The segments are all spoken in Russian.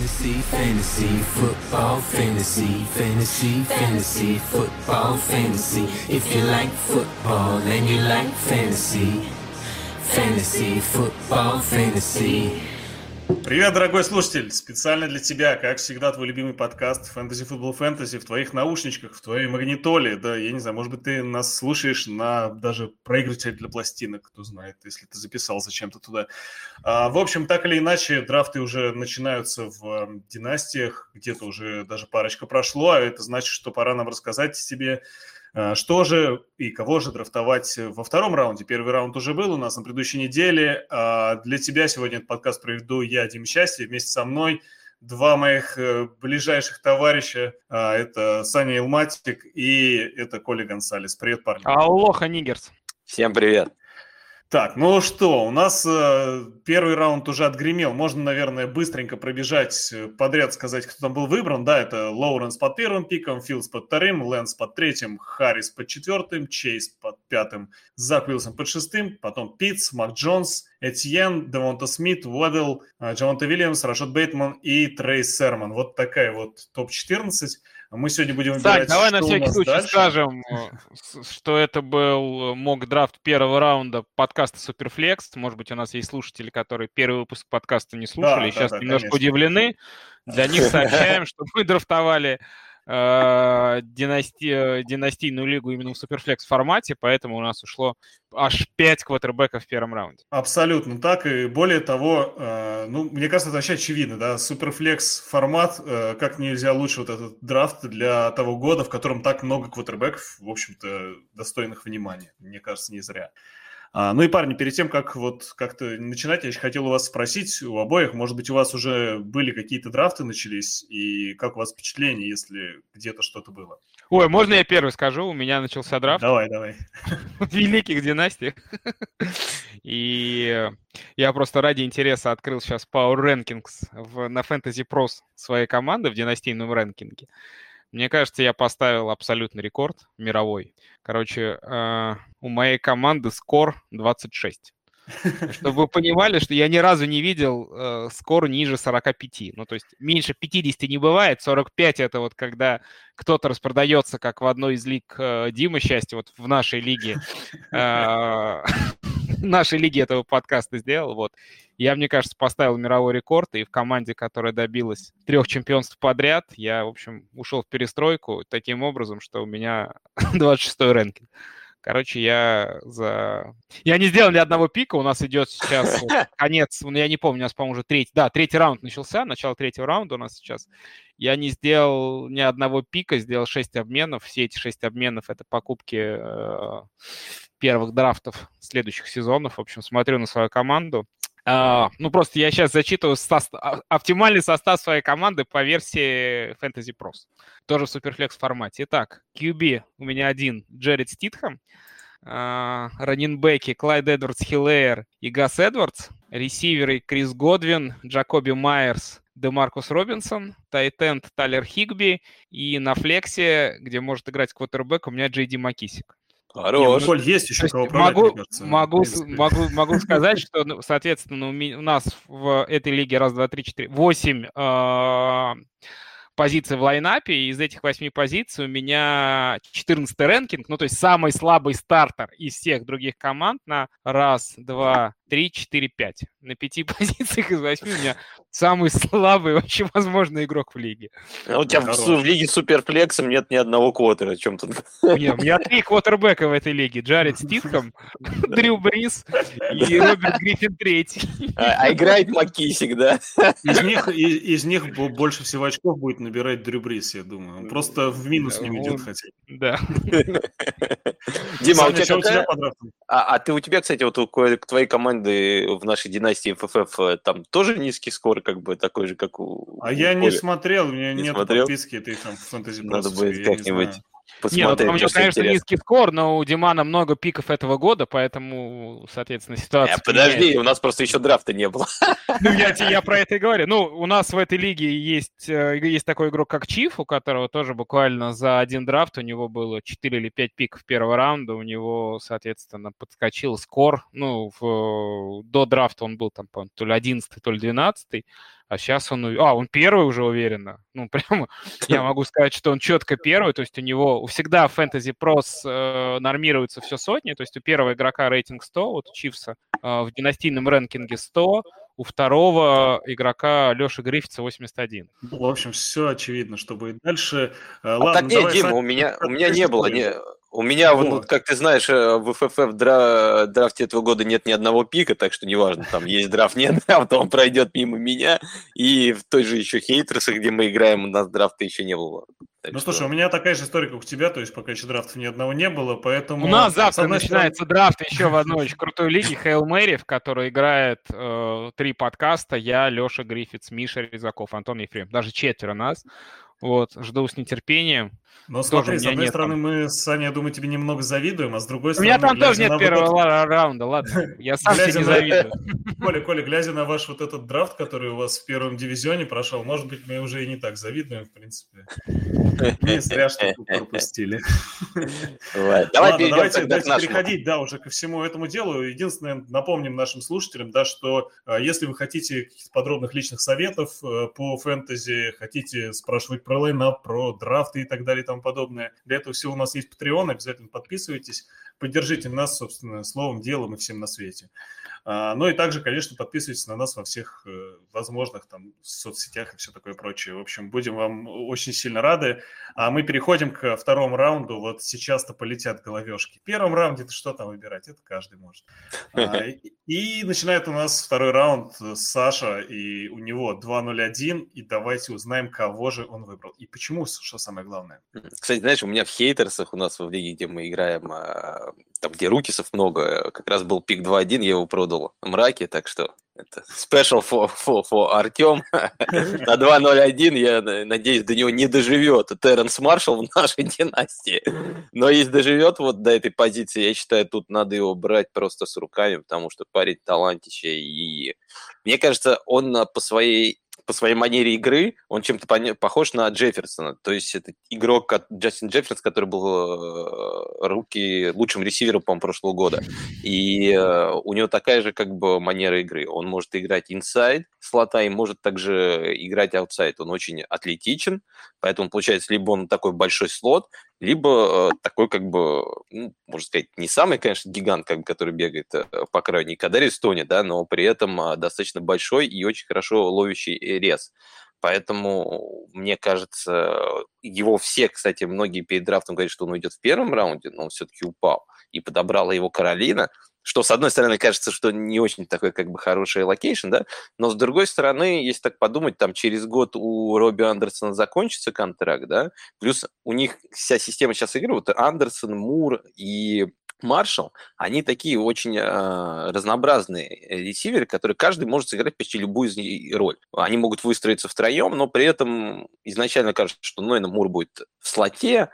Fantasy, fantasy, football, fantasy, fantasy, fantasy, football, fantasy. If you like football and you like fantasy, fantasy, football, fantasy. Привет, дорогой слушатель! Специально для тебя, как всегда, твой любимый подкаст «Фэнтези Футбол Фэнтези» в твоих наушничках, в твоей магнитоле. Да, я не знаю, может быть, ты нас слушаешь на даже проигрыватель для пластинок, кто знает, если ты записал зачем-то туда. В общем, так или иначе, драфты уже начинаются в династиях, где-то уже даже парочка прошло, а это значит, что пора нам рассказать тебе, что же и кого же драфтовать во втором раунде. Первый раунд уже был у нас на предыдущей неделе. Для тебя сегодня этот подкаст проведу я, Дим Счастье, вместе со мной два моих ближайших товарища. Это Саня Илматик и это Коля Гонсалес. Привет, парни. Алоха, Нигерс. Всем привет. Так, ну что, у нас первый раунд уже отгремел. Можно, наверное, быстренько пробежать подряд, сказать, кто там был выбран. Да, это Лоуренс под первым пиком, Филдс под вторым, Лэнс под третьим, Харрис под четвертым, Чейз под пятым, Зак Уилсон под шестым, потом Питтс, Мак Джонс, Этьен, Девонта Смит, Уэддл, Джавонте Вильямс, Рашод Бейтман и Трей Сермон. Вот такая вот топ-14. Мы сегодня будем выбирать, Сань, давай на всякий случай дальше скажем, что это был мок-драфт первого раунда подкаста Суперфлекс. Может быть, у нас есть слушатели, которые первый выпуск подкаста не слушали, и сейчас немножко удивлены. Для них сообщаем, что мы драфтовали династийную лигу именно в Суперфлекс формате, поэтому у нас ушло аж 5 квотербеков в первом раунде. Абсолютно так, и более того, мне кажется, это вообще очевидно, да, Суперфлекс формат, как нельзя лучше вот этот драфт для того года, в котором так много квотербеков, в общем-то, достойных внимания, мне кажется, не зря. Ну и, парни, перед тем, как вот как-то начинать, я еще хотел у вас спросить, у обоих, может быть, у вас уже были какие-то драфты начались, и как у вас впечатление, если где-то что-то было? Ой, можно я первый скажу? У меня начался драфт. Давай. В великих династиях. И я просто ради интереса открыл сейчас Power Rankings на Fantasy Pros своей команды в династийном рэнкинге. Мне кажется, я поставил абсолютный рекорд мировой. Короче, у моей команды скор 26. Чтобы вы понимали, что я ни разу не видел скор ниже 45. Ну, то есть меньше 50 не бывает. 45 — это вот когда кто-то распродается, как в одной из лиг Димы Счастья, вот в нашей лиге. В нашей лиге этого подкаста сделал. Вот. Я, мне кажется, поставил мировой рекорд, и в команде, которая добилась 3 чемпионств подряд, я, в общем, ушел в перестройку таким образом, что у меня 26-й рэнкинг. Короче, я не сделал ни одного пика, у нас идет сейчас конец, я не помню, у нас, по-моему, уже третий раунд начался, начало третьего раунда у нас сейчас. Я не сделал ни одного пика, сделал 6 обменов. Все эти 6 обменов — это покупки первых драфтов следующих сезонов. В общем, смотрю на свою команду. Просто я сейчас зачитываю оптимальный состав своей команды по версии Fantasy Pros. Тоже в Superflex формате. Итак, QB у меня один — Джеред Ститхэм. Раннинбеки — Клайд Эдвардс-Хиллеер и Гас Эдвардс. Ресиверы — Крис Годвин, Джакоби Майерс, Демаркус Робинсон. Тайтенд — Тайлер Хигби. И на флексе, где может играть квотербек, у меня Джей Ди Макисик. Хорош. Коль, есть еще кого управлять, мне кажется. Могу сказать, что, соответственно, у нас в этой лиге 8 позиций в лайнапе, и из этих 8 позиций у меня 14-й рэнкинг, то есть самый слабый стартер из всех других команд на 1, 2, 3, 4, 5. На 5 позициях из 8 у меня самый слабый вообще возможный игрок в лиге. У тебя в лиге Суперфлексом нет ни одного квотера. О чем тут? Нет, у меня 3 квотербека в этой лиге. Джаред Ститхэм, Дрю Брис и Роберт Гриффин III. А играет Макисик, да? Из них больше всего очков будет набирать Дрю Брис, я думаю. Он просто в минус не уйдет хотя бы. Да. Дима, Саня, что у тебя по драфту? У тебя, кстати, вот к твоей команде в нашей династии ФФФ там тоже низкий скор, как бы такой же, как у... Я не смотрел, у меня нет подписки этой там в Fantasy Pros. Надо будет как-нибудь Нет, посмотреть. у меня, конечно, низкий скор, но у Димана много пиков этого года, поэтому, соответственно, ситуация... Подожди, у нас просто еще драфта не было. Я про это и говорю. У нас в этой лиге есть такой игрок, как Чиф, у которого тоже буквально за один драфт у него было 4 или 5 пиков первого раунда, у него, соответственно, подскочил скор. До драфта он был там, то ли 11-й, то ли 12-й. А сейчас он первый уже уверенно. Ну, прямо я могу сказать, что он четко первый. То есть у него всегда в Fantasy Pros нормируется все сотни. То есть у первого игрока рейтинг 100, вот у Чивса в династийном рэнкинге 100, у второго игрока Леши Гриффитса 81. Ну, в общем, все очевидно, что будет дальше. А Ладно, так нет, давай, Дима, Саня, у меня не было. У меня, Во. вот, как ты знаешь, в ФФФ драфте этого года нет ни одного пика, так что неважно, там есть драфт, нет драфта, он пройдет мимо меня. И в той же еще Хейтерсе, где мы играем, у нас драфта еще не было. Ну, слушай, у меня такая же история, как у тебя, то есть пока еще драфтов ни одного не было, поэтому... У нас завтра начинается драфт еще в одной очень крутой лиге, Hail Mary, в которой играет 3 подкаста, я, Леша Гриффитс, Миша Резаков, Антон Ефремов, даже 4 нас. Вот, жду с нетерпением. Но смотри, с одной стороны, мы с Саней, я думаю, тебе немного завидуем, а с другой стороны... У меня там тоже нет первого раунда, ладно, я сам тебе не завидую. Коля, глядя на ваш вот этот драфт, который у вас в первом дивизионе прошел, может быть, мы уже и не так завидуем, в принципе. Не зря что-то пропустили. Давайте переходить, да, уже ко всему этому делу. Единственное, напомним нашим слушателям, да, что если вы хотите каких-то подробных личных советов по фэнтези, хотите спрашивать про лайнап, про драфты и так далее и тому подобное, для этого всего у нас есть Patreon, обязательно подписывайтесь, поддержите нас, собственно, словом, делом и всем на свете. Ну и также, конечно, подписывайтесь на нас во всех возможных там соцсетях и все такое прочее. В общем, будем вам очень сильно рады. А мы переходим к второму раунду. Вот сейчас-то полетят головешки. В первом раунде ты что там выбирать? Это каждый может. И начинает у нас второй раунд Саша, и у него 2-0-1. И давайте узнаем, кого же он выбрал. И почему, что самое главное. Кстати, знаешь, у меня в Хейтерсах, у нас в лиге, где мы играем, там, где рукисов много, как раз был пик 2-1, я его продал Мраке, так что это special for Артем. На 2-0-1, я надеюсь, до него не доживет Терренс Маршалл в нашей династии. Но если доживет вот до этой позиции, я считаю, тут надо его брать просто с руками, потому что парень талантище. И мне кажется, он по своей манере игры, он чем-то похож на Джефферсона. То есть это игрок Джастин Джефферсон, который был лучшим ресивером, по-моему, прошлого года. И у него такая же как бы манера игры. Он может играть инсайд слота и может также играть аутсайд. Он очень атлетичен, поэтому получается либо он такой большой слот, либо такой, как бы, ну, можно сказать, не самый, конечно, гигант, как бы, который бегает по краю, не Кадариус Тони, да, но при этом достаточно большой и очень хорошо ловящий рез. Поэтому, мне кажется, его все, кстати, многие перед драфтом говорят, что он уйдет в первом раунде, но он все-таки упал. И подобрала его Каролина, что, с одной стороны, кажется, что не очень такой, как бы, хороший локейшн, да, но, с другой стороны, если так подумать, там, через год у Робби Андерсона закончится контракт, да, плюс у них вся система сейчас игры, вот Андерсон, Мур и Маршалл, они такие очень разнообразные ресиверы, которые каждый может сыграть почти любую из них роль. Они могут выстроиться втроем, но при этом изначально кажется, что, наверное, Мур будет в слоте,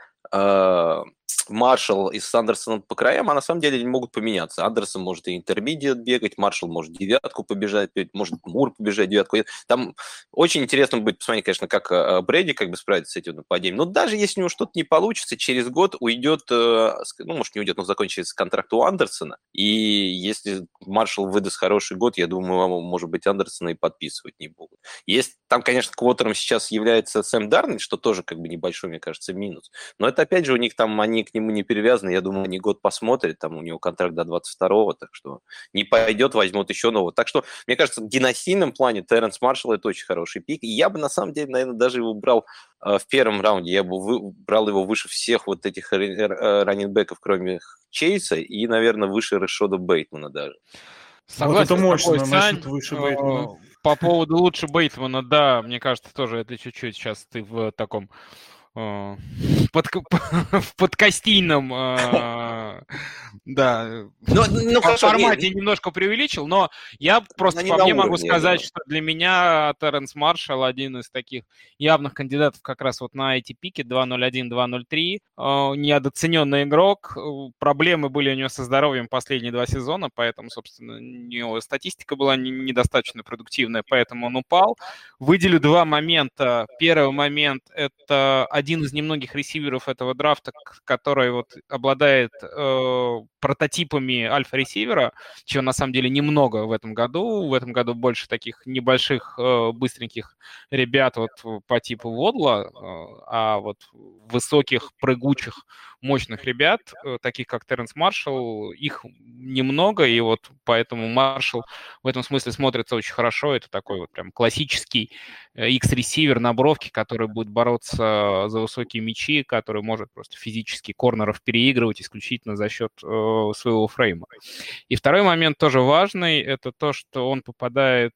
Маршалл и с Андерсоном по краям, а на самом деле они могут поменяться. Андерсон может и интермедиат бегать, Маршалл может девятку побежать, может Мур побежать девятку. Там очень интересно будет посмотреть, конечно, как Брэди как бы справится с этим нападением. Но даже если у него что-то не получится, через год уйдет, ну, может, не уйдет, но закончится контракт у Андерсона. И если Маршалл выдаст хороший год, я думаю, может быть, Андерсона и подписывать не будут. Есть там, конечно, квотером сейчас является Сэм Дарнольд, что тоже как бы небольшой, мне кажется, минус. Но это, опять же, у них там, они к нему не привязаны. Я думаю, они год посмотрят, там у него контракт до 22-го, так что не пойдет, возьмут еще нового. Так что, мне кажется, в династийном плане Терренс Маршалл это очень хороший пик. И я бы, на самом деле, наверное, даже его брал в первом раунде. Я бы брал его выше всех вот этих раннинбеков, кроме Чейса, и, наверное, выше Рашода Бейтмана даже. Согласен, вот это мощно, насчет выше Бейтмана. По поводу лучше Бейтмана, да, мне кажется, тоже это чуть-чуть сейчас ты в таком в подкастийном да, формате немножко преувеличил, но я просто по мне могу сказать, что для меня Терренс Маршалл один из таких явных кандидатов как раз вот на эти пики 2.01, 2.03. Недооцененный игрок. Проблемы были у него со здоровьем последние 2 сезона, поэтому, собственно, у него статистика была недостаточно продуктивная, поэтому он упал. Выделю 2 момента. Первый момент – это один из немногих ресиверов этого драфта, который вот обладает прототипами альфа-ресивера, чего на самом деле немного в этом году. В этом году больше таких небольших, быстреньких ребят вот по типу Водла, а вот высоких, прыгучих, мощных ребят, таких как Терренс Маршалл, их немного, и вот поэтому Маршалл в этом смысле смотрится очень хорошо. Это такой вот прям классический X-ресивер на бровке, который будет бороться за высокие мячи, который может просто физически корнеров переигрывать исключительно за счет своего фрейма. И второй момент тоже важный, это то, что он попадает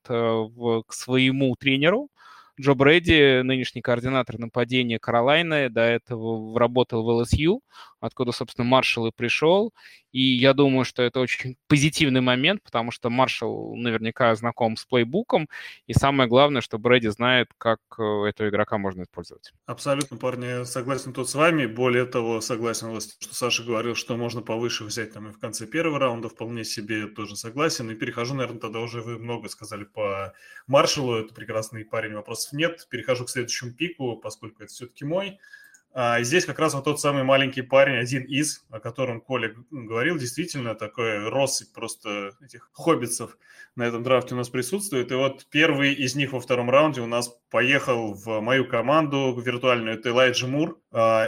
к своему тренеру. Джо Брэди, нынешний координатор нападения Каролайны, до этого работал в ЛСЮ, откуда, собственно, Маршалл и пришел. И я думаю, что это очень позитивный момент, потому что Маршалл наверняка знаком с плейбуком, и самое главное, что Брэди знает, как этого игрока можно использовать. Абсолютно, парни, согласен тут с вами. Более того, согласен, что Саша говорил, что можно повыше взять там и в конце первого раунда, вполне себе тоже согласен. И перехожу, наверное, тогда уже вы много сказали по Маршаллу, это прекрасный парень, вопросов нет. Перехожу к следующему пику, поскольку это все-таки мой. Здесь как раз вот тот самый маленький парень, один из, о котором Коля говорил, действительно такой россыпь просто этих хоббитцев на этом драфте у нас присутствует. И вот первый из них во втором раунде у нас поехал в мою команду виртуальную, это Элайджа Мур.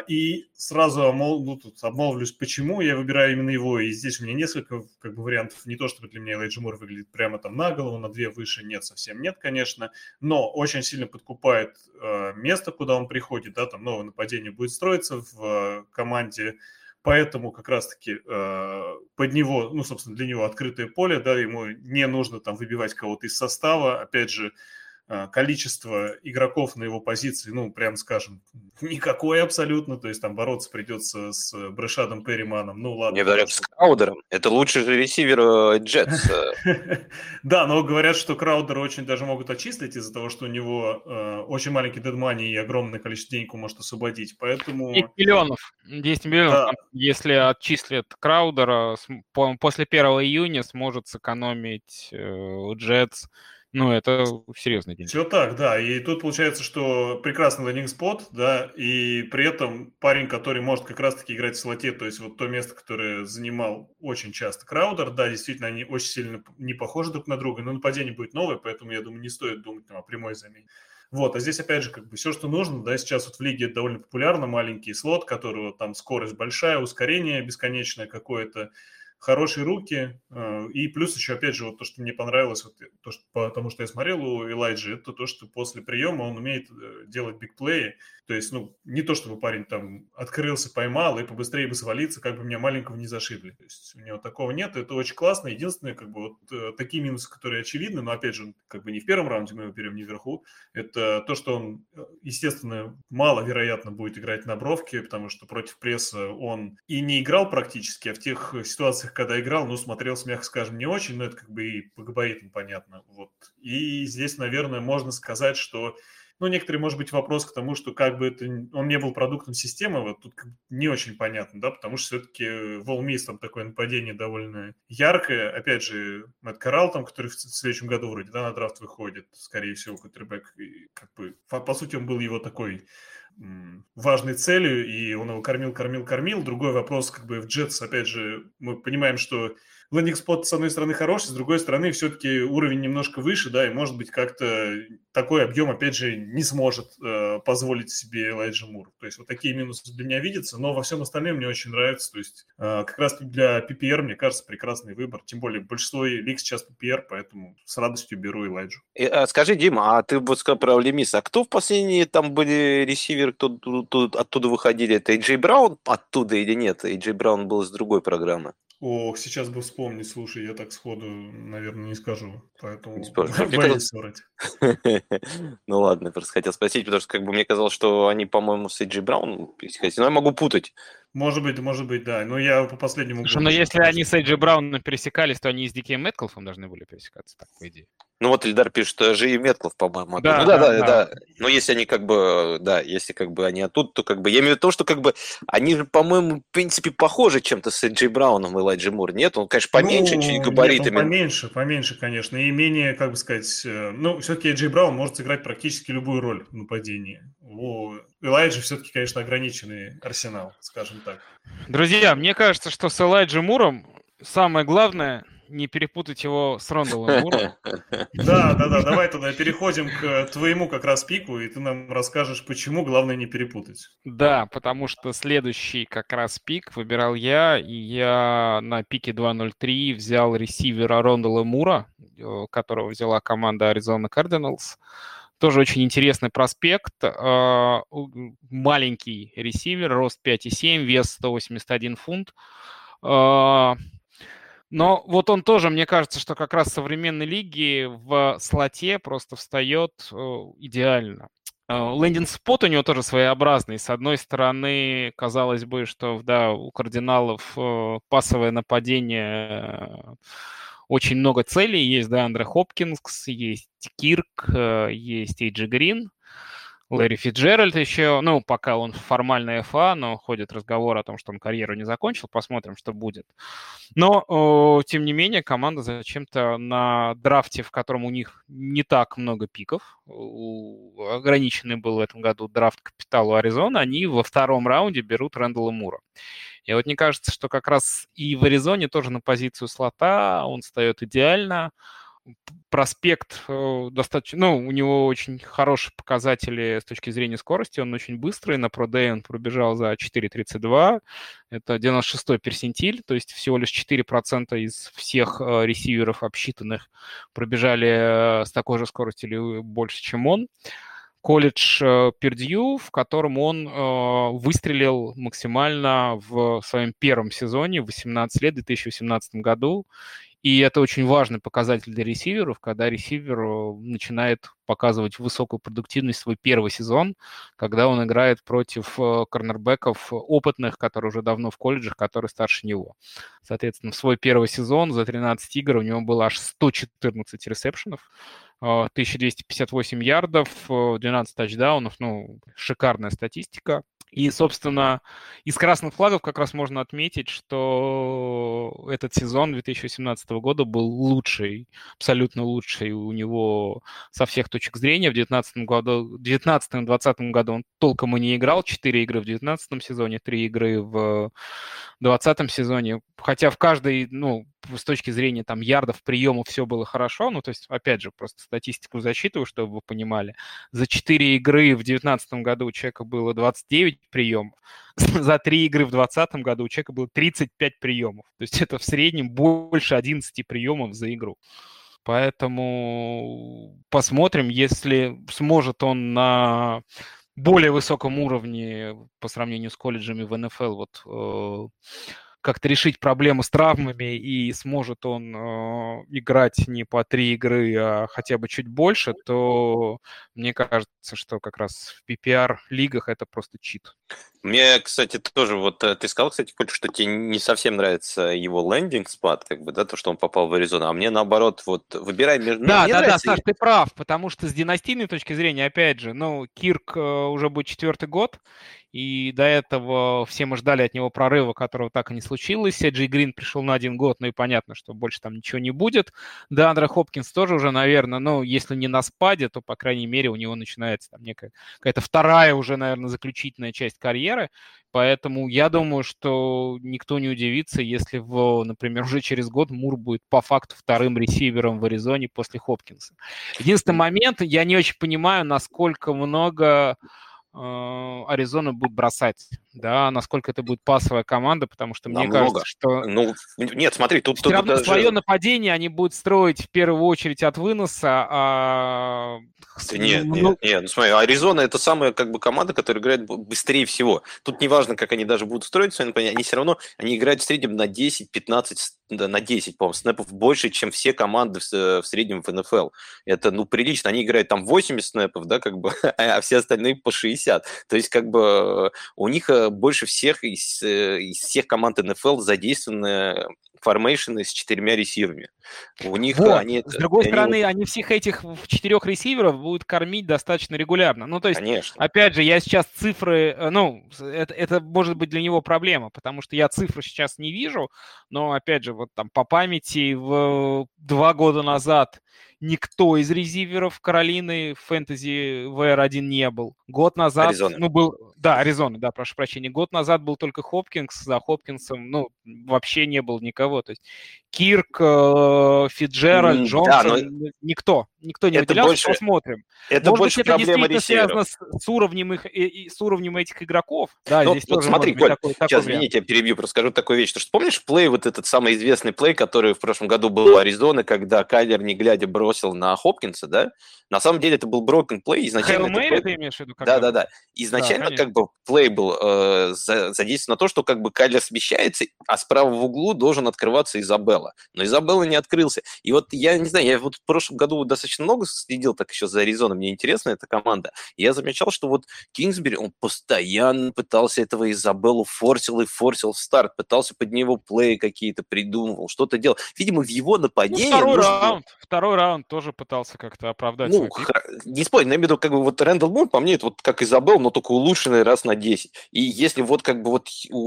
И сразу обмолвлюсь, почему я выбираю именно его. И здесь у меня несколько вариантов. Не то, чтобы для меня Элайджа Мур выглядит прямо там на голову, на 2 выше, нет, совсем нет, конечно. Но очень сильно подкупает место, куда он приходит, да, там новое нападение будет строиться в команде, поэтому как раз-таки под него, собственно, для него открытое поле, да, ему не нужно там выбивать кого-то из состава, опять же, количество игроков на его позиции, прям скажем, никакое абсолютно, то есть там бороться придется с Брэшадом Перриманом, ладно. Мне говорят, с Краудером, это лучший же ресивер Джетс. Да, но говорят, что Краудера очень даже могут отчислить из-за того, что у него очень маленький дедмани и огромное количество денег он может освободить, поэтому... 10 миллионов, да. Если отчислят Краудера, после 1 июня сможет сэкономить Джетс. Это серьезный день. Все так, да. И тут получается, что прекрасный лендинг-спот, да, и при этом парень, который может как раз-таки играть в слоте, то есть вот то место, которое занимал очень часто Краудер, да, действительно, они очень сильно не похожи друг на друга, но нападение будет новое, поэтому, я думаю, не стоит думать о прямой замене. Вот, а здесь, опять же, все, что нужно, да, сейчас вот в лиге это довольно популярно, маленький слот, которого там скорость большая, ускорение бесконечное какое-то, хорошие руки, и плюс еще, опять же, вот то, что мне понравилось, вот то, что, потому что я смотрел у Элайджи, это то, что после приема он умеет делать бигплеи, то есть, не то, чтобы парень там открылся, поймал и побыстрее бы свалиться, как бы меня маленького не зашибли, то есть у него такого нет, это очень классно, единственное, вот такие минусы, которые очевидны, но, опять же, не в первом раунде мы его берем, не вверху, это то, что он, естественно, маловероятно будет играть на бровке, потому что против пресса он и не играл практически, а в тех ситуациях, когда играл, смотрелся, мягко скажем, не очень, но это и по габаритам понятно. Вот. И здесь, наверное, можно сказать, что, некоторый, может быть, вопрос к тому, что он не был продуктом системы, вот тут не очень понятно, да, потому что все-таки в Ole Miss там такое нападение довольно яркое. Опять же, Мэтт Коррал, там, который в следующем году вроде, да, на драфт выходит, скорее всего, квотербэк, по сути, он был его такой важной целью, и он его кормил. Другой вопрос, в Джетс, опять же, мы понимаем, что лендинг-спот, с одной стороны, хороший, с другой стороны, все-таки уровень немножко выше, да, и, может быть, как-то такой объем, опять же, не сможет позволить себе Элайджа Мур. То есть вот такие минусы для меня видятся, но во всем остальном мне очень нравится. То есть как раз для PPR, мне кажется, прекрасный выбор. Тем более большинство лиг сейчас PPR, поэтому с радостью беру Элайджу. Скажи, Дима, а ты вот сказал про Ole Miss, а кто в последние там были ресиверы, кто оттуда выходили? Это Эйджей Браун оттуда или нет? Эйджей Браун был из другой программы. Ох, сейчас бы вспомнить, слушай, я так сходу, наверное, не скажу, поэтому боюсь соврать. Ну ладно, просто хотел спросить, потому что мне казалось, что они, по-моему, с Эйджей Брауном пересекались, но я могу путать. Может быть, да, но я по последнему... Слушай, но если они с Эйджей Брауном пересекались, то они с Дикей Мэткалфом должны были пересекаться, так, по идее. Вот Ильдар пишет, что же и Метклов, по-моему. Да. Но если они если они оттуда, то я имею в виду то, что они же, по-моему, в принципе, похожи чем-то с Эйджей Брауном и Элайджей Мур. Нет? Он, конечно, поменьше, чуть габаритами. Нет, он поменьше, конечно. И менее, все-таки Эйджей Браун может сыграть практически любую роль в нападении. У Элайджи все-таки, конечно, ограниченный арсенал, скажем так. Друзья, мне кажется, что с Элайджи Муром самое главное не перепутать его с Ронделом Муром. Да, давай тогда переходим к твоему как раз пику, и ты нам расскажешь, почему главное не перепутать. Да, потому что следующий как раз пик выбирал я, и я на пике 2.03 взял ресивера Рондела Мура, которого взяла команда Arizona Cardinals. Тоже очень интересный проспект. Маленький ресивер, рост 5,7, вес 181 фунт. Но вот он тоже, мне кажется, что как раз в современной лиге в слоте просто встает идеально. Лендинг-спот у него тоже своеобразный. С одной стороны, казалось бы, что да, у кардиналов пасовое нападение, очень много целей. Есть Деандре Хопкинс, есть Кирк, есть Эйджи Грин. Лэри Фитджеральд еще, ну, пока он формально ФА, но ходит разговор о том, что он карьеру не закончил, посмотрим, что будет. Но, тем не менее, команда зачем-то на драфте, в котором у них не так много пиков, ограниченный был в этом году драфт капиталу Аризоны, они во втором раунде берут Рэндала Мура. И вот мне кажется, что как раз и в Аризоне тоже на позицию слота он встает идеально. Проспект достаточно, ну, у него очень хорошие показатели с точки зрения скорости, он очень быстрый, на Pro Day он пробежал за 4.32, это 96-й персентиль, то есть всего лишь 4% из всех ресиверов обсчитанных пробежали с такой же скоростью или больше, чем он. Колледж Пердью, в котором он выстрелил максимально в своем первом сезоне, 18 лет, в 2018 году. И это очень важный показатель для ресиверов, когда ресивер начинает показывать высокую продуктивность в свой первый сезон, когда он играет против корнербеков опытных, которые уже давно в колледжах, которые старше него. Соответственно, в свой первый сезон за 13 игр у него было аж 114 ресепшенов, 1258 ярдов, 12 тачдаунов, ну, шикарная статистика. И, собственно, из красных флагов как раз можно отметить, что этот сезон 2018 года был лучший, абсолютно лучший у него со всех точек зрения. В 2019-2020 году он толком и не играл. 4 игры в 2019 сезоне, 3 игры в 2020 сезоне. Хотя в каждой, ну, с точки зрения там ярдов, приемов все было хорошо. Ну, то есть, опять же, просто статистику зачитываю, чтобы вы понимали. За 4 игры в 2019 году у человека было 29 приемов. За 3 игры в 2020 году у человека было 35 приемов. То есть это в среднем больше 11 приемов за игру. Поэтому посмотрим, если сможет он на более высоком уровне по сравнению с колледжами в НФЛ вот как-то решить проблему с травмами, и сможет он играть не по 3 игры, а хотя бы чуть больше, то мне кажется, что как раз в PPR-лигах это просто чит. Мне, кстати, тоже, вот ты сказал, кстати, Коль, что тебе не совсем нравится его лендинг-спад, как бы, да, то, что он попал в Аризону, а мне наоборот, вот, выбирай между... Да, Саш, ты прав, потому что с династийной точки зрения, опять же, ну, Кирк уже будет 4-й год, и до этого все мы ждали от него прорыва, которого так и не случилось. Эджи Грин пришел на 1 год, ну и понятно, что больше там ничего не будет. Деандре Хопкинс тоже уже, наверное, ну, если не на спаде, то, по крайней мере, у него начинается там какая-то вторая уже, наверное, заключительная часть карьеры. Поэтому я думаю, что никто не удивится, если, например, уже через год Мур будет по факту вторым ресивером в Аризоне после Хопкинса. Единственный момент, я не очень понимаю, насколько много Аризона будет бросать, да, насколько это будет пасовая команда, потому что мне кажется, что... Ну, нет, смотри, тут... Все равно свое нападение они будут строить в первую очередь от выноса, Нет, ну смотри, Аризона — это самая как бы команда, которая играет быстрее всего. Тут неважно, как они даже будут строить свое нападение, они все равно, они играют в среднем на 10-15, на 10, по-моему, снэпов больше, чем все команды в среднем в НФЛ. Это, ну, прилично. Они играют там 80 снэпов, да, как бы, а все остальные по 60. То есть, как бы, у них больше всех из всех команд НФЛ задействованы формейшены с 4 ресиверами. У них они... С другой стороны, они всех этих 4 ресиверов будут кормить достаточно регулярно. Ну, то есть, конечно. Опять же, я сейчас цифры... Ну, это может быть для него проблема, потому что я цифры сейчас не вижу, но, опять же, вот там по памяти 2 года назад никто из резиверов Каролины в фэнтези VR1 не был. Год назад... Аризона. Аризона, да, прошу прощения. Год назад был только Хопкинс, за Хопкинсом, вообще не было никого. То есть Кирк, Фитджеральд, Джонсон, никто не выделялся, посмотрим. Это может больше быть, это проблема действительно ресиверов. связано с уровнем с уровнем этих игроков. Да, здесь вот тоже смотри, может быть Коль, такой сейчас, вариант. извините, я перебью, просто скажу такую вещь. Что помнишь плей, вот этот самый известный плей, который в прошлом году был у Аризоны, когда Кайлер, не глядя, бросил на Хопкинса, да? На самом деле это был broken play. Изначально Hail Mary ты имеешь в виду? Да. Изначально как бы плей был задействован на то, что как бы Кайлер смещается, а справа в углу должен открываться Изабелла. Но Изабелла не открылся. И вот я не знаю, я вот в прошлом году достаточно много следил так еще за Аризоной, мне интересна эта команда. И я замечал, что вот Кингсбери, он постоянно пытался этого Изабеллу форсил в старт, пытался под него плей какие-то придумывал, что-то делал. Видимо, в его нападении... Второй раунд тоже пытался как-то оправдать. Не спорю, но я имею в виду, как бы вот Рэндалл Мур, по мне, это вот как Изабелл, но только улучшенный раз на 10. И если вот как бы вот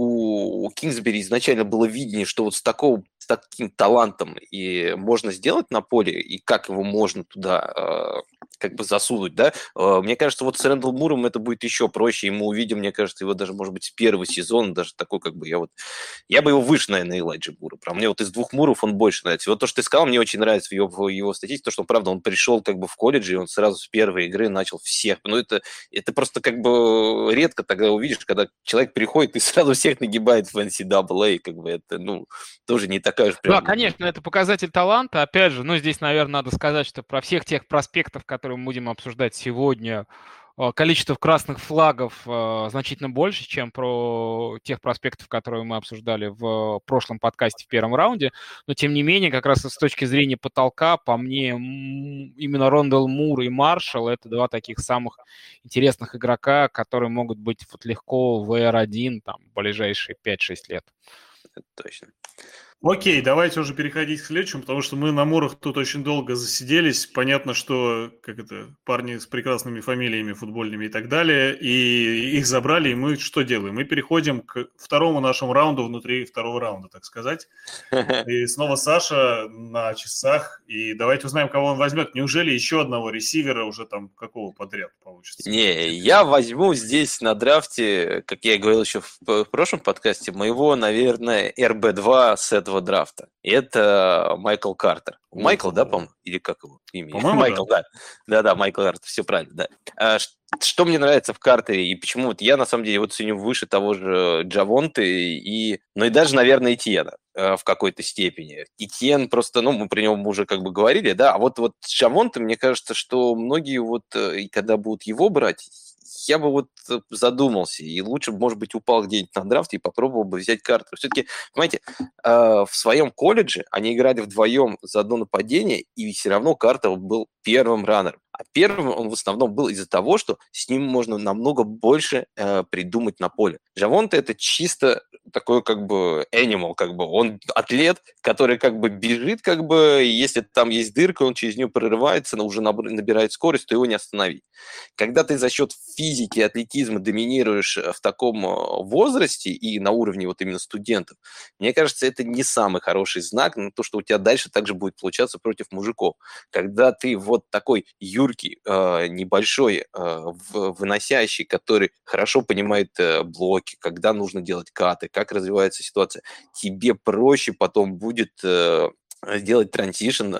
у Кингсбери изначально было видение, что вот с таким талантом и можно сделать на поле, и как его можно туда как бы засунуть, да, мне кажется, вот с Рэндалл Муром это будет еще проще, и мы увидим, мне кажется, его даже, может быть, с первого сезона, даже такой, как бы, я бы его выше, наверное, Элайджа Мура. Прям мне вот из двух Муров он больше нравится. И вот то, что ты сказал, мне очень нравится в его статистике, то, что, правда, он пришел как бы в колледж, и он сразу с первой игры начал всех. Это просто как бы редко тогда увидишь, когда человек приходит и сразу всех нагибает в NCAA, как бы это, тоже не такая же прям... Да, конечно, это показатель таланта. Опять же, здесь, наверное, надо сказать, что про всех тех проспектов, которые мы будем обсуждать сегодня, количество красных флагов значительно больше, чем про тех проспектов, которые мы обсуждали в прошлом подкасте в первом раунде. Но, тем не менее, как раз с точки зрения потолка, по мне, именно Рэндалл Мур и Маршалл — это два таких самых интересных игрока, которые могут быть вот легко в VR1 там, в ближайшие 5-6 лет. Это точно. Окей, давайте уже переходить к следующему, потому что мы на Мурах тут очень долго засиделись. Понятно, что парни с прекрасными фамилиями футбольными и так далее, и их забрали, и мы что делаем? Мы переходим к второму нашему раунду внутри второго раунда, так сказать. И снова Саша на часах, и давайте узнаем, кого он возьмет. Неужели еще одного ресивера уже там какого подряд получится? Не, я возьму здесь на драфте, как я и говорил еще в прошлом подкасте, моего, наверное, РБ2 с этого драфта. Это Майкл Картер. Майкл, да, по-моему? Или как его имя? По-моему, Майкл, да. Да, Майкл Картер, все правильно, да. Что мне нравится в Картере, и почему вот я, на самом деле, ценю выше того же Джавонте, и даже, наверное, Этьена в какой-то степени. Этьен просто, мы про него уже как бы говорили, да, а вот с Джавонте, мне кажется, что многие и когда будут его брать, я бы задумался, и лучше, может быть, упал где-нибудь на драфте и попробовал бы взять Картера. Все-таки, понимаете, в своем колледже они играли вдвоем за одно нападение, и все равно Картер был первым раннером. А первым он в основном был из-за того, что с ним можно намного больше придумать на поле. Джавонте — это чисто такой как бы animal, как бы он атлет, который как бы бежит, как бы, и если там есть дырка, он через нее прорывается, но уже набирает скорость, то его не остановить. Когда ты за счет физики и атлетизма доминируешь в таком возрасте и на уровне именно студентов, мне кажется, это не самый хороший знак на то, что у тебя дальше также будет получаться против мужиков. Когда ты такой юркий, небольшой, выносящий, который хорошо понимает блоки, когда нужно делать каты, как развивается ситуация, тебе проще потом будет делать трансишн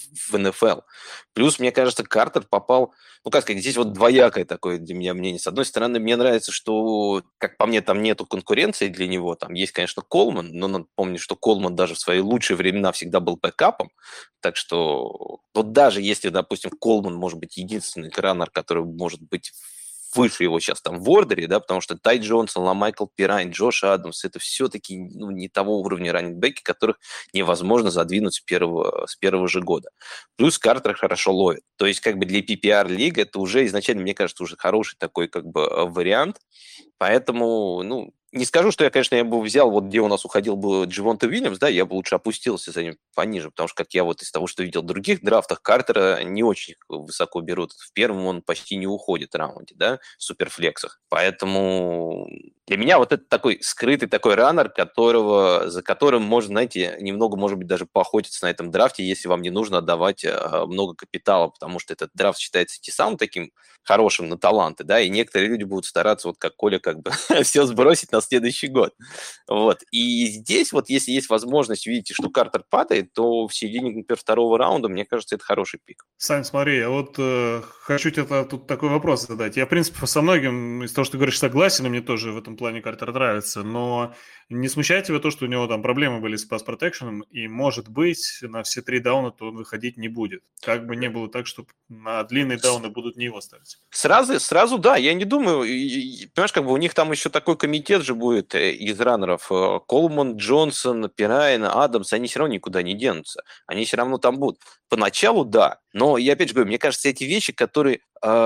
в НФЛ. Плюс, мне кажется, Картер попал, здесь двоякое такое для меня мнение. С одной стороны, мне нравится, что, как по мне, там нету конкуренции для него. Там есть, конечно, Колман, но надо помнить, что Колман даже в свои лучшие времена всегда был бэкапом. Так что, даже если, допустим, Колман может быть единственный раннер, который может быть выше его сейчас там в ордере, да, потому что Тай Джонсон, Майкл Пирайн, Джош Адамс — это все-таки не того уровня раннинбеки, которых невозможно задвинуть с первого же года. Плюс Картер хорошо ловит. То есть как бы для PPR-лиги это уже изначально, мне кажется, уже хороший такой как бы вариант. Поэтому, не скажу, что я бы взял, где у нас уходил бы Джавонте Уильямс, да, я бы лучше опустился за ним пониже, потому что, как я из того, что видел в других драфтах, Картера не очень высоко берут. В первом он почти не уходит в раунде, да, в суперфлексах. Поэтому Для меня вот это такой скрытый такой раннер, за которым можно, знаете, немного, может быть, даже поохотиться на этом драфте, если вам не нужно отдавать много капитала, потому что этот драфт считается идти самым таким хорошим на таланты, да, и некоторые люди будут стараться, вот как Коля, как бы все сбросить на следующий год. Вот. И здесь вот, если есть возможность, видите, что Картер падает, то в середине, например, второго раунда, мне кажется, это хороший пик. Сань, смотри, я вот хочу тебе тут такой вопрос задать. Я, в принципе, со многим из того, что ты говоришь, согласен, и мне тоже в этом плане Картер нравится, но не смущает тебя то, что у него там проблемы были с пас-протекшеном, и, может быть, на все 3 дауна то он выходить не будет. Как бы не было так, что на длинные дауны будут не его ставить. Сразу, да, я не думаю, понимаешь, как бы у них там еще такой комитет же будет из раннеров. Колман, Джонсон, Пирайн, Адамс, они все равно никуда не денутся. Они все равно там будут. Поначалу, да, но я опять же говорю, мне кажется, эти вещи, которые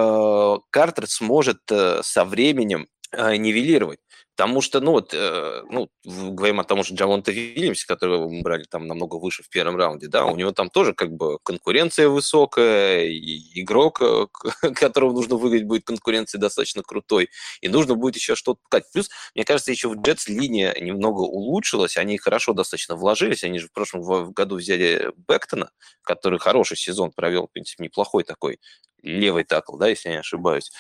Картер сможет со временем нивелировать. Потому что, говорим о том же Джавонте Вильямсе, которого мы брали там намного выше в первом раунде, да, у него там тоже как бы конкуренция высокая, и игрок, которого нужно выиграть, будет конкуренция достаточно крутой, и нужно будет еще что-то показать. Плюс, мне кажется, еще в Джетс линия немного улучшилась, они хорошо достаточно вложились, они же в прошлом году взяли Бектона, который хороший сезон провел, в принципе, неплохой такой, левый такл, да, если я не ошибаюсь.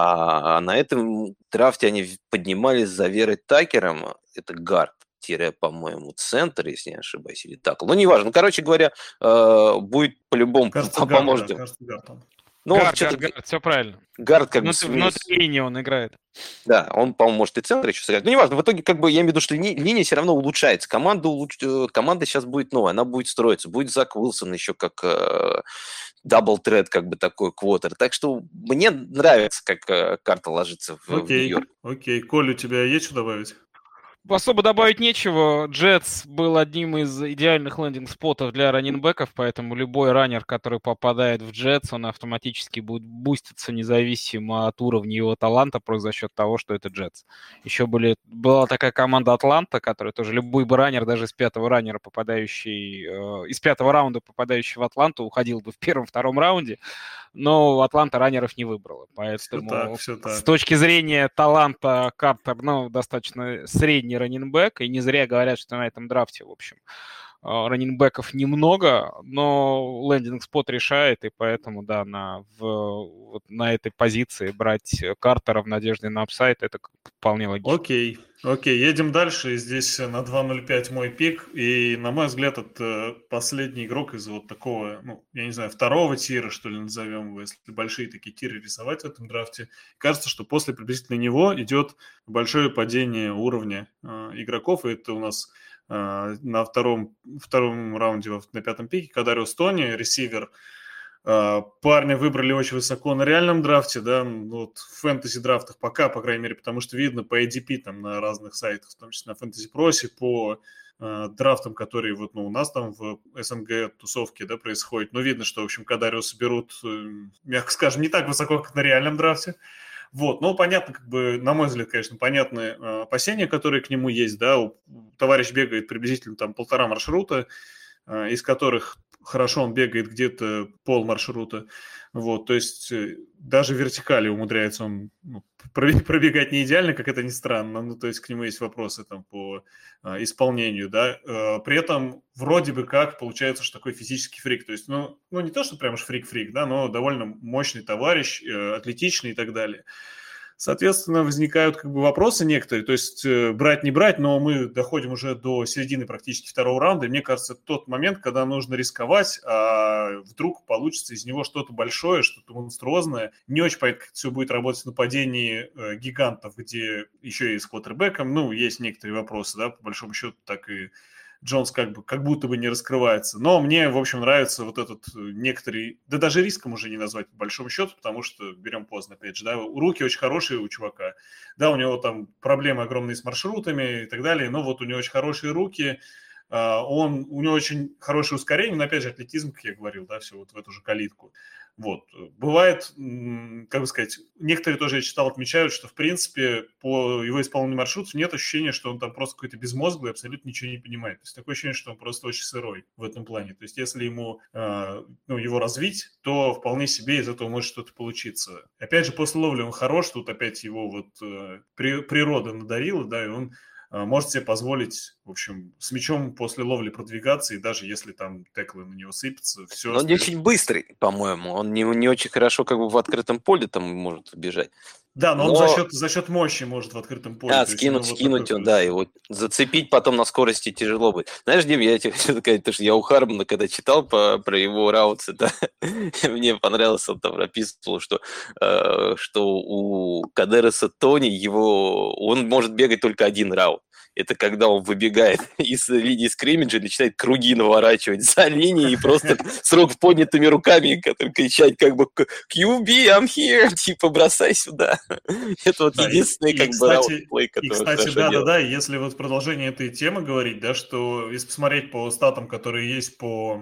А на этом драфте они поднимались за Верой Такером, это гард, по-моему, центр, если я не ошибаюсь, или такл. Ну, неважно. Ну, короче говоря, будет по-любому поможет. Да, кажется, гард. Гард, все правильно. Гард как бы... Внутри линии он играет. Да, он, по-моему, может и центр еще сыграть. Ну, неважно, в итоге, как бы, я имею в виду, что линия все равно улучшается. Команда сейчас будет новая, она будет строиться. Будет Зак Уилсон еще как дабл-тред, как бы такой квотер. Так что мне нравится, как карта ложится в Нью-Йорк. Окей. Коль, у тебя есть что добавить? Особо добавить нечего. Джетс был одним из идеальных лендинг-спотов для раннинбеков, поэтому любой раннер, который попадает в Джетс, он автоматически будет буститься независимо от уровня его таланта, просто за счет того, что это Джетс. Еще была такая команда Атланта, которая тоже любой бы раннер, даже из пятого раунда, попадающий в Атланту, уходил бы в первом-втором раунде, но Атланта раннеров не выбрала. Поэтому все так. С точки зрения таланта Картер, достаточно средний раннинбэк, и не зря говорят, что на этом драфте, в общем, раннинбэков немного, но лендинг-спот решает, и поэтому, да, на этой позиции брать Картера в надежде на апсайд, это вполне логично. Окей, едем дальше. Здесь на 2.05 мой пик, и, на мой взгляд, это последний игрок из вот такого, я не знаю, второго тира, что ли, назовем его, если большие такие тиры рисовать в этом драфте. Кажется, что после приблизительно него идет большое падение уровня игроков, и это у нас на втором раунде, на 5-м пике, Кадариус Тони, ресивер. Парня выбрали очень высоко на реальном драфте, да, в фэнтези-драфтах пока, по крайней мере, потому что видно по ADP там на разных сайтах, в том числе на Fantasy Pro, по драфтам, которые у нас там в СНГ-тусовке, да, происходит. Но видно, что, в общем, Кадариуса берут, мягко скажем, не так высоко, как на реальном драфте. Но понятно, как бы, на мой взгляд, конечно, понятны опасения, которые к нему есть, да, товарищ бегает приблизительно там 1,5 маршрута, из которых хорошо он бегает где-то пол маршрута, то есть даже вертикали умудряется он пробегать не идеально, как это ни странно, то есть к нему есть вопросы там по исполнению, да, при этом вроде бы как получается, что такой физический фрик, то есть, не то, что прям уж фрик-фрик, да, но довольно мощный товарищ, атлетичный и так далее. Соответственно, возникают как бы вопросы некоторые, то есть брать, не брать, но мы доходим уже до середины практически второго раунда, и мне кажется, это тот момент, когда нужно рисковать, а вдруг получится из него что-то большое, что-то монструозное. Не очень понятно, как все будет работать в нападении гигантов, где еще и с квотербеком, есть некоторые вопросы, да, по большому счету, так и Джонс как будто бы не раскрывается. Но мне, в общем, нравится вот этот некоторый... Да даже риском уже не назвать, по большому счету, потому что берем поздно, опять же. Да, руки очень хорошие у чувака. Да, у него там проблемы огромные с маршрутами и так далее, но у него очень хорошие руки. у него очень хорошее ускорение, но, опять же, атлетизм, как я говорил, да, все вот в эту же калитку. Вот. Бывает, как бы сказать, некоторые тоже, я читал, отмечают, что, в принципе, по его исполнению маршрутов нет ощущения, что он там просто какой-то безмозглый, абсолютно ничего не понимает. То есть такое ощущение, что он просто очень сырой в этом плане. То есть если ему его развить, то вполне себе из этого может что-то получиться. Опять же, после ловли он хорош, тут опять его вот природа надарила, да, и он может себе позволить, в общем, с мячом после ловли продвигаться, и даже если там теклы на него сыпятся, все. Но он не очень быстрый, по-моему. Он не очень хорошо как бы в открытом поле там может убежать. Да, но он за счет мощи может в открытом поле. Скинуть он, да, его зацепить потом на скорости тяжело будет. Знаешь, Дим, я тебе хочу сказать, что я у Хармана, когда читал про его раутсы, да, мне понравилось, он там прописывал, что у Кадереса Тони он может бегать только один раут. Это когда он выбегает из линии скриммиджа и начинает круги наворачивать за линией и просто с поднятыми руками, который кричать как бы «QB, I'm here!» типа «бросай сюда». Это вот единственный как бы раут-плей, который кстати, да, если вот в продолжение этой темы говорить, да, что если посмотреть по статам, которые есть по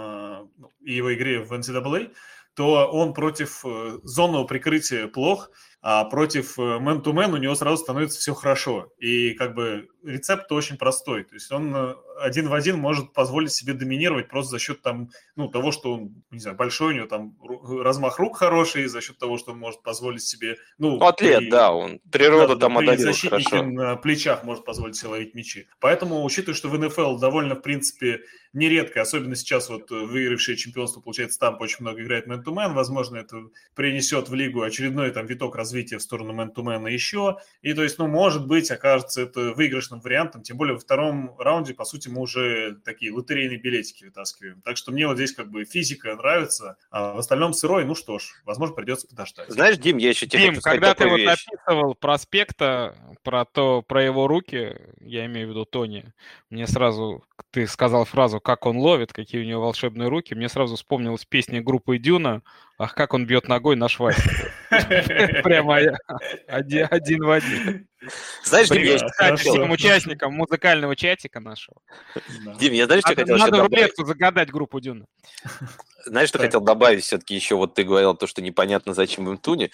его игре в NCAA, то он против зонного прикрытия плох, а против man-to-man у него сразу становится все хорошо. И как бы рецепт очень простой. То есть он один в один может позволить себе доминировать просто за счет там, того, что он, не знаю, большой, у него там размах рук хороший, за счет того, что он может позволить себе... атлет, да, он природа там одарила хорошо. На плечах может позволить себе ловить мячи. Поэтому, учитывая, что в НФЛ довольно, в принципе, нередко, особенно сейчас вот выигравшие чемпионство, получается, там очень много играет man-to-man, возможно, это принесет в лигу очередной там виток развития в сторону man-to-man еще, и то есть, может быть, окажется это выигрышным вариантом, тем более во втором раунде, по сути, мы уже такие лотерейные билетики вытаскиваем. Так что мне вот здесь как бы физика нравится, а в остальном сырой, что ж, возможно, придется подождать. Знаешь, Дим, я еще тебе хочу сказать когда ты вот описывал проспекта, про его руки, я имею в виду Тони, мне сразу, ты сказал фразу, как он ловит, какие у него волшебные руки, мне сразу вспомнилась песня группы Дюна «Ах, как он бьет ногой на швайке». Прямо один в один. Знаешь, Дим, я всем участникам музыкального чатика нашего. Дим, я знаешь, что хотел Надо рулетку загадать группу Дюна. Знаешь, что хотел добавить все-таки еще? Вот ты говорил то, что непонятно, зачем им Туни.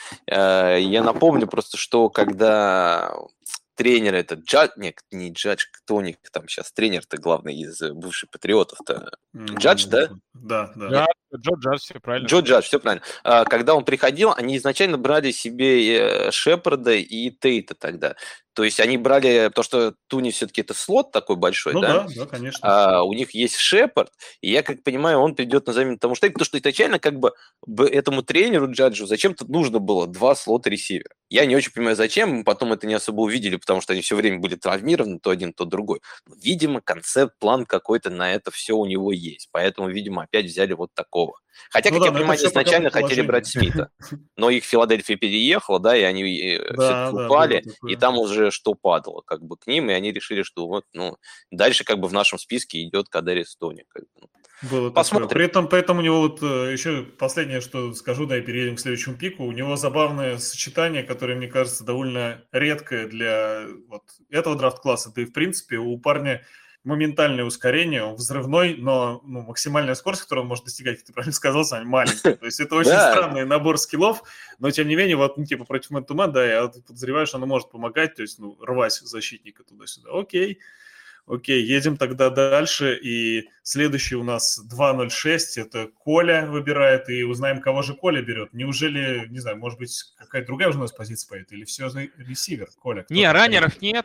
Я напомню просто, что когда тренер этот не Джадж, кто у них там сейчас тренер-то главный из бывших Патриотов-то? Джадж, да? Да. Джо Джадж, все правильно. Джо Джадж, все правильно. Когда он приходил, они изначально брали себе Шепарда и Тейта тогда. То есть они брали то, что Туни все-таки это слот такой большой, да? Да, конечно. У них есть Шепард, и я как понимаю, он придет на замену тому Тейту, потому что изначально как бы этому тренеру Джаджу зачем-то нужно было 2 слота ресивера. Я не очень понимаю, зачем, мы потом это не особо увидели, потому что они все время были травмированы, то один, то другой. Но, видимо, концепт, план какой-то на это все у него есть, поэтому, видимо, опять взяли вот такого. Хотя, как я понимаю, изначально хотели брать Смита, но их Филадельфия переехала, да, и они все-таки упали, и там уже что падало как бы к ним, и они решили, что вот, дальше как бы в нашем списке идет Кадерис Тони. Как бы. Было посмотрим. При этом у него вот еще последнее, что скажу, да, и переедем к следующему пику, у него забавное сочетание, которое, мне кажется, довольно редкое для вот этого драфт-класса, да и в принципе у парня моментальное ускорение, он взрывной, но максимальная скорость, которую он может достигать, как ты правильно сказал, Сань, маленькая. То есть это очень странный набор скиллов, но тем не менее, вот против man-to-man, да, я подозреваю, что оно может помогать, то есть рвать защитника туда-сюда. Окей, едем тогда дальше, и следующий у нас 2.06, это Коля выбирает, и узнаем, кого же Коля берет. Неужели, не знаю, может быть, какая-то другая уже у нас позиция поедет, или все же ресивер, Коля? Раннеров нет,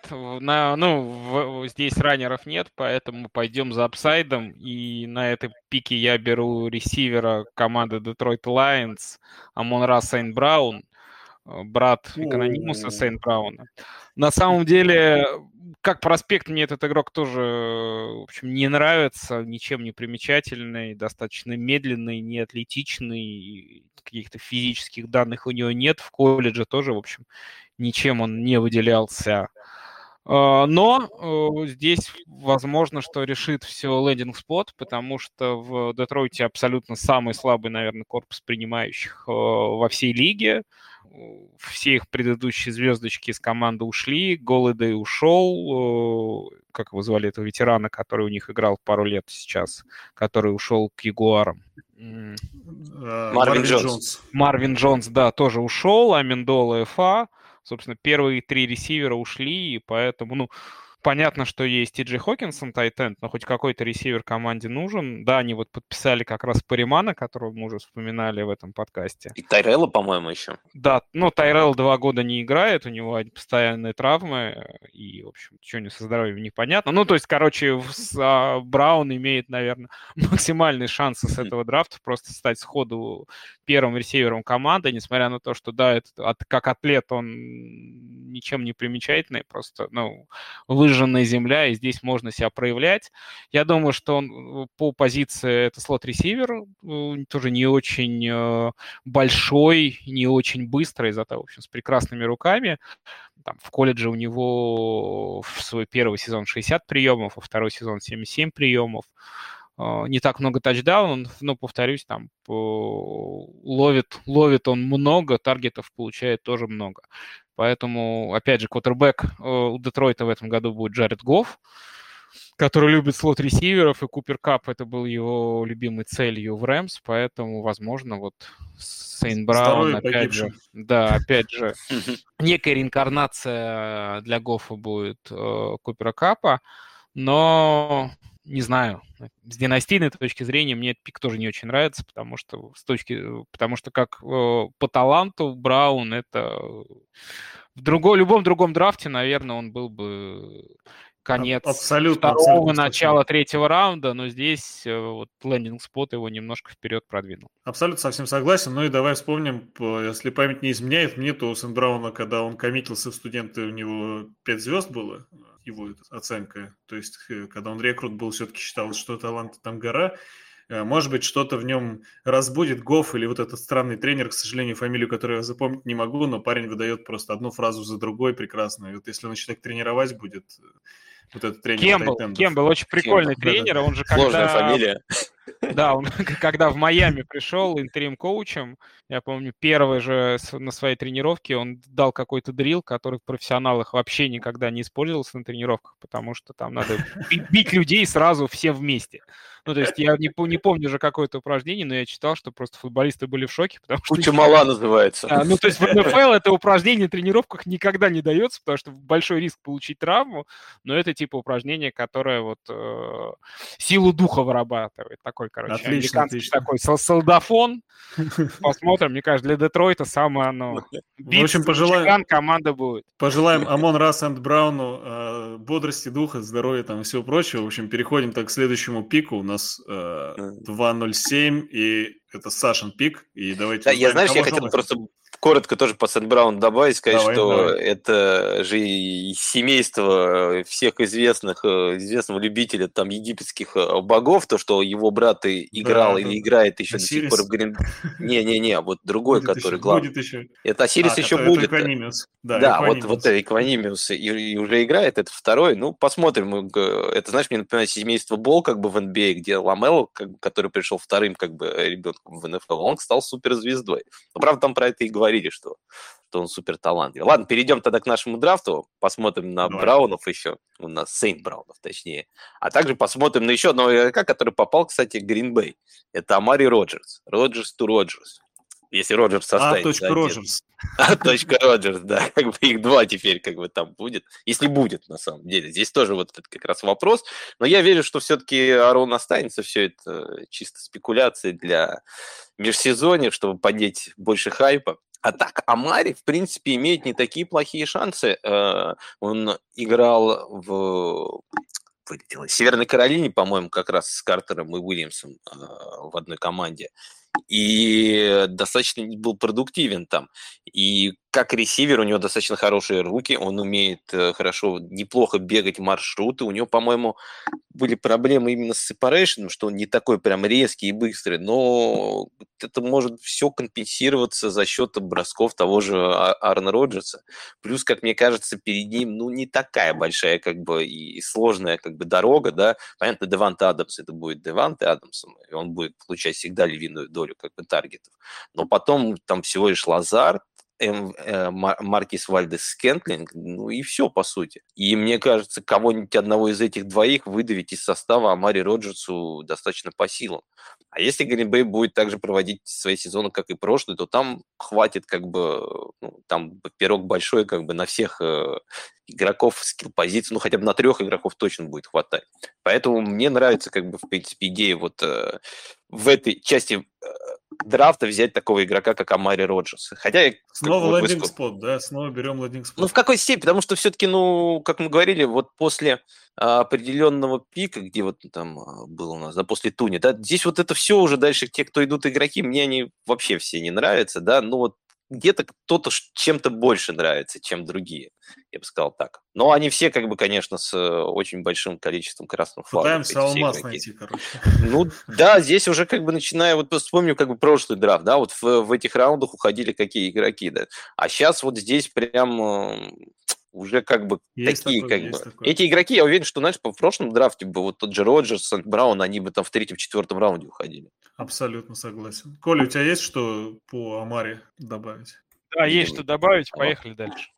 здесь раннеров нет, поэтому пойдем за апсайдом, и на этой пике я беру ресивера команды Detroit Lions, Амон-Ра Сейнт-Браун, брат Экономимуса Сейнт-Брауна. На самом деле, как проспект, мне этот игрок тоже, в общем, не нравится, ничем не примечательный, достаточно медленный, не атлетичный, каких-то физических данных у него нет, в колледже тоже, в общем, ничем он не выделялся. Но здесь возможно, что решит все лендинг-спот, потому что в Детройте абсолютно самый слабый, наверное, корпус принимающих во всей лиге. все их предыдущие звездочки из команды ушли, Голладей ушел, как его звали, этого ветерана, который у них играл пару лет сейчас, который ушел к Ягуарам. Марвин Джонс. Марвин Джонс, да, тоже ушел, Амендола, ФА. Собственно, первые 3 ресивера ушли, и поэтому, понятно, что есть Ти-Джей Хокинсон, тайтенд, но хоть какой-то ресивер команде нужен. Да, они вот подписали как раз Паримана, которого мы уже вспоминали в этом подкасте. И Тайрелла, по-моему, еще. Да, Тайрелл 2 года не играет, у него постоянные травмы, и, в общем, что у него со здоровьем непонятно. То есть, короче, Браун имеет, наверное, максимальные шансы с этого драфта просто стать сходу первым ресивером команды, несмотря на то, что, да, как атлет он ничем не примечательный, просто, выжженная земля, и здесь можно себя проявлять. Я думаю, что он по позиции это слот-ресивер, тоже не очень большой, не очень быстрый, зато, в общем, с прекрасными руками. Там, в колледже у него в свой первый сезон 60 приемов, а второй сезон 77 приемов. Не так много тачдаунов, но, повторюсь, там ловит он много, таргетов получает тоже много. Поэтому, опять же, квотербэк у Детройта в этом году будет Джаред Гофф, который любит слот-ресиверов, и Купер Кап это был его любимой целью в Рэмс, поэтому, возможно, вот Сейн Браун, опять же, некая реинкарнация для Гоффа будет Купера Капа, но не знаю, с династийной точки зрения мне этот пик тоже не очень нравится, потому что как по таланту Браун это в любом другом драфте, наверное, он был бы конец второго, начала третьего раунда, но здесь вот лендинг-спот его немножко вперед продвинул. Абсолютно совсем согласен. Ну и давай вспомним, если память не изменяет мне, то у Сэм Брауна, когда он коммитился в студенты, у него 5 звезд было, его оценка. То есть, когда он рекрут был, все-таки считалось, что талант там гора. Может быть, что-то в нем разбудит Гофф или вот этот странный тренер, к сожалению, фамилию, которую я запомнить не могу, но парень выдает просто одну фразу за другой прекрасно. И вот если он еще так тренировать будет, вот этот тренер Кембл очень прикольный тренер, он же сложная фамилия. Да, он когда в Майами пришел интерим-коучем, я помню, первый же на своей тренировке он дал какой-то дрил, который в профессионалах вообще никогда не использовался на тренировках, потому что там надо бить людей сразу все вместе. То есть я не помню уже какое-то упражнение, но я читал, что просто футболисты были в шоке, потому что... Куча мала называется. Да, то есть в НФЛ это упражнение на тренировках никогда не дается, потому что большой риск получить травму, но это типа упражнение, которое вот силу духа вырабатывает. Такой, короче, американский такой солдафон. Посмотрим, мне кажется, для Детройта самое оно. В общем, пожелаем команда будет. Пожелаем Амон-Ра Сент Брауну бодрости духа, здоровья там и всего прочего. В общем, переходим так к следующему пику. У нас 2.07, и это Сашин пик. И давайте. Да, я хотел просто коротко тоже по Сент Брауну добавить, сказать, что это же из семейства всех известного любителя там египетских богов, то, что его брат играл или играет еще Осирис. До сих пор в Грин... Не, вот другой, будет который еще, главный. Будет еще. Это Осирис еще будет. Экванимиус. Да, вот Экванимиус и уже играет, это второй. Ну, посмотрим. Это, знаешь, мне напоминает семейство Бол как бы в NBA, где Ламело, который пришел вторым как бы ребенком в НФЛ, он стал суперзвездой. Но, правда, там про это и говорили, что он супер талантливый. Ладно, перейдем тогда к нашему драфту, посмотрим на Браунов еще, у нас Сейнт Браунов, точнее, а также посмотрим на еще одного игрока, который попал, кстати, в Грин-Бэй. Это Амари Роджерс. Роджерс to Роджерс. Если Роджерс останется. Роджерс. Роджерс, да. Как бы их два теперь как бы там будет. Если будет, на самом деле. Здесь тоже вот этот как раз вопрос. Но я верю, что все-таки Арон останется. Все это чисто спекуляции для межсезонья, чтобы поднять больше хайпа. А так, Амари, в принципе, имеет не такие плохие шансы. Он играл в Северной Каролине, по-моему, как раз с Картером и Уильямсом в одной команде. И достаточно был продуктивен там. И как ресивер у него достаточно хорошие руки, он умеет неплохо бегать маршруты. У него, по-моему, были проблемы именно с сепарейшеном, что он не такой прям резкий и быстрый, но это может все компенсироваться за счет бросков того же Аарона Роджерса. Плюс, как мне кажется, перед ним не такая большая как бы и сложная как бы дорога, да. Понятно, Деванте Адамс это будет Деванте Адамсом, и он будет получать всегда львиную долю как бы таргетов. Но потом там всего лишь Лазард, Маркис Вальдес-Скентлинг, ну и все, по сути. И мне кажется, кого-нибудь одного из этих двоих выдавить из состава Амари Роджерсу достаточно по силам. А если Green Bay будет также проводить свои сезоны, как и прошлый, то там хватит там пирог большой на всех игроков скилл-позиций, хотя бы на 3 игроков точно будет хватать. Поэтому мне нравится, в принципе, идея в этой части драфта взять такого игрока, как Амари Роджерс. Хотя снова лендинг-спот, да? Снова берем лендинг-спот. В какой степени? Потому что все-таки, как мы говорили, после определенного пика, где там было у нас, да, после Туни, да, здесь это все уже дальше, те, кто идут игроки, мне они вообще все не нравятся, да, где-то кто-то чем-то больше нравится, чем другие, я бы сказал так. Но они все, конечно, с очень большим количеством красных флагов. Пытаемся алмаз найти, короче. Да, здесь уже начиная, вспомню прошлый драфт, да, в этих раундах уходили какие игроки, да. А сейчас здесь прям уже есть такие, такое. Эти игроки, я уверен, что, знаешь, в прошлом драфте бы тот же Роджерс, Сент-Браун, они бы там в 3-4 раунде уходили. Абсолютно согласен. Коля, у тебя есть что по Амари добавить? Да, есть что добавить. Поехали дальше.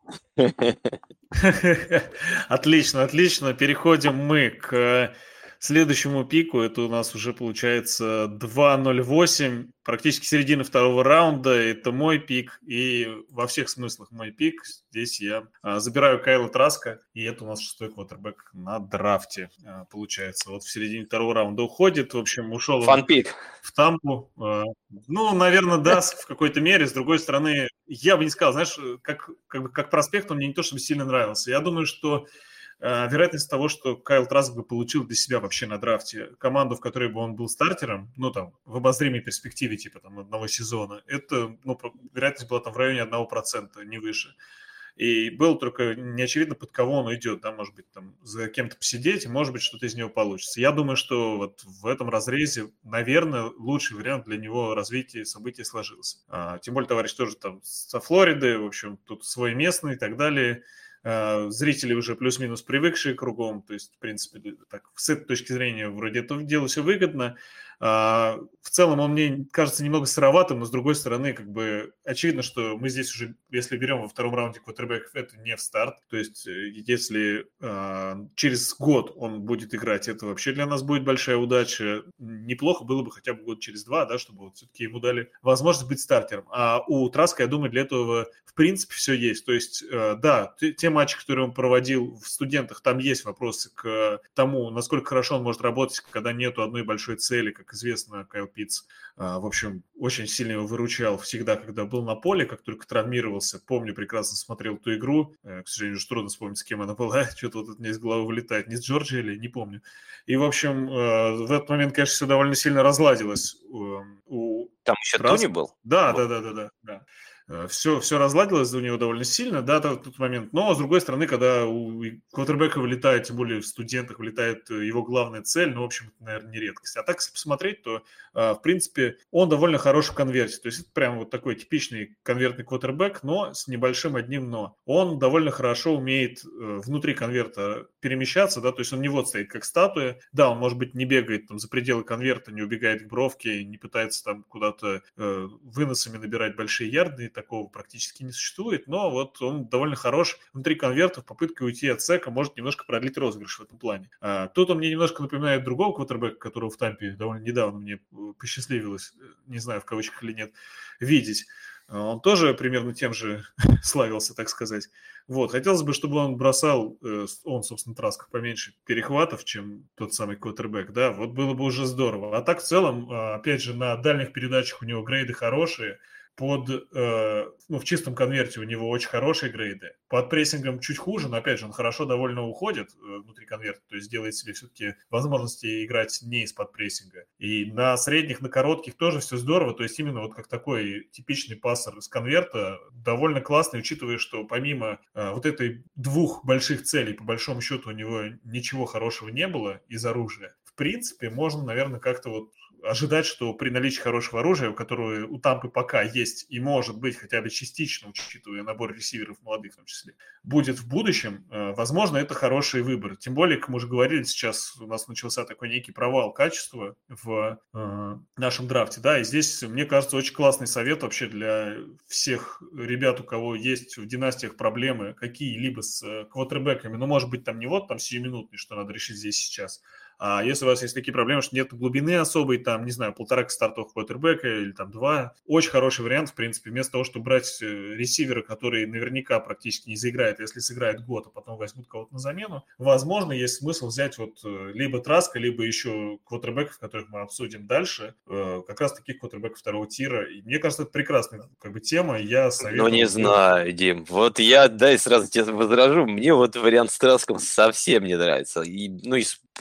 Отлично. Переходим мы к следующему пику. Это у нас уже получается 2.08, практически середина 2-го раунда. Это мой пик и во всех смыслах мой пик. Здесь я забираю Кайла Траска, и это у нас 6-й квотербэк на драфте получается. В середине 2-го раунда уходит. В общем, ушел фан-пик в Тампу. Наверное, да, в какой-то мере. С другой стороны, я бы не сказал, знаешь, как проспект он мне не то чтобы сильно нравился. Я думаю, что вероятность того, что Кайл Траск бы получил для себя вообще на драфте команду, в которой бы он был стартером, в обозримой перспективе, одного сезона, это, вероятность была в районе 1%, не выше. И было только не очевидно, под кого он идет, да, может быть, за кем-то посидеть, и, может быть, что-то из него получится. Я думаю, что в этом разрезе, наверное, лучший вариант для него развития событий сложился. Тем более, товарищ тоже со Флориды, в общем, тут свой местный и так далее. Зрители уже плюс-минус привыкшие кругом, то есть, в принципе, с этой точки зрения вроде это дело все выгодно. В целом он мне кажется немного сыроватым, но с другой стороны, очевидно, что мы здесь уже, если берем во 2-м раунде квотербэков, это не в старт. То есть, если через год он будет играть, это вообще для нас будет большая удача. Неплохо было бы хотя бы год через 2, да, чтобы все-таки ему дали возможность быть стартером. А у Траска, я думаю, для этого в принципе все есть. То есть, да, те матчи, которые он проводил в студентах, там есть вопросы к тому, насколько хорошо он может работать, когда нету одной большой цели, как известно, Кайл Питтс, в общем, очень сильно его выручал всегда, когда был на поле, как только травмировался. Помню, прекрасно смотрел ту игру. К сожалению, уже трудно вспомнить, с кем она была. Что-то у меня из головы вылетает. Не с Джорджией или? Не помню. И, в общем, в этот момент, конечно, все довольно сильно разладилось. Там еще Туни был? Да. Все разладилось у него довольно сильно, да, в тот момент. Но, с другой стороны, когда у квотербека вылетает, тем более в студентах, вылетает его главная цель, в общем, это, наверное, не редкость. А так, если посмотреть, то, в принципе, он довольно хорош в конверте. То есть это прям такой типичный конвертный квотербек, но с небольшим одним «но». Он довольно хорошо умеет внутри конверта перемещаться, да, то есть он не стоит как статуя. Да, он, может быть, не бегает за пределы конверта, не убегает к бровке, не пытается куда-то выносами набирать большие ярды, такого практически не существует, но он довольно хорош внутри конверта в попытке уйти от сека, может немножко продлить розыгрыш в этом плане. Тут он мне немножко напоминает другого квотербека, которого в Тампе довольно недавно мне посчастливилось, не знаю, в кавычках или нет, видеть. Он тоже примерно тем же славился, так сказать. Хотелось бы, чтобы он бросал, собственно, Трасков поменьше перехватов, чем тот самый квотербек, да, было бы уже здорово. А так, в целом, опять же, на дальних передачах у него грейды хорошие, в чистом конверте у него очень хорошие грейды. Под прессингом чуть хуже, но, опять же, он хорошо довольно уходит внутри конверта, то есть делает себе все-таки возможности играть не из-под прессинга. И на средних, на коротких тоже все здорово, то есть именно как такой типичный пассер из конверта довольно классный, учитывая, что помимо этой 2 больших целей, по большому счету у него ничего хорошего не было из оружия. В принципе, можно, наверное, как-то ожидать, что при наличии хорошего оружия, которое у Тампы пока есть и может быть хотя бы частично, учитывая набор ресиверов молодых в том числе, будет в будущем, возможно, это хороший выбор. Тем более, как мы уже говорили, сейчас у нас начался такой некий провал качества в нашем драфте, да, и здесь, мне кажется, очень классный совет вообще для всех ребят, у кого есть в династиях проблемы какие-либо с квотербеками, ну, может быть, там не вот там сиюминутный, что надо решить здесь сейчас, а если у вас есть такие проблемы, что нет глубины особой, там, не знаю, 1,5 стартовых квотербека или там 2, очень хороший вариант, в принципе, вместо того, чтобы брать ресивера, который наверняка практически не заиграет, если сыграет год, а потом возьмут кого-то на замену, возможно, есть смысл взять вот либо Траска, либо еще квотербеков, которых мы обсудим дальше, как раз таких квотербеков второго тира. И мне кажется, это прекрасная как бы тема, я советую... Ну, не знаю, Дим, вот я, да, и сразу тебе возражу, мне вот вариант с Траском совсем не нравится. И, ну,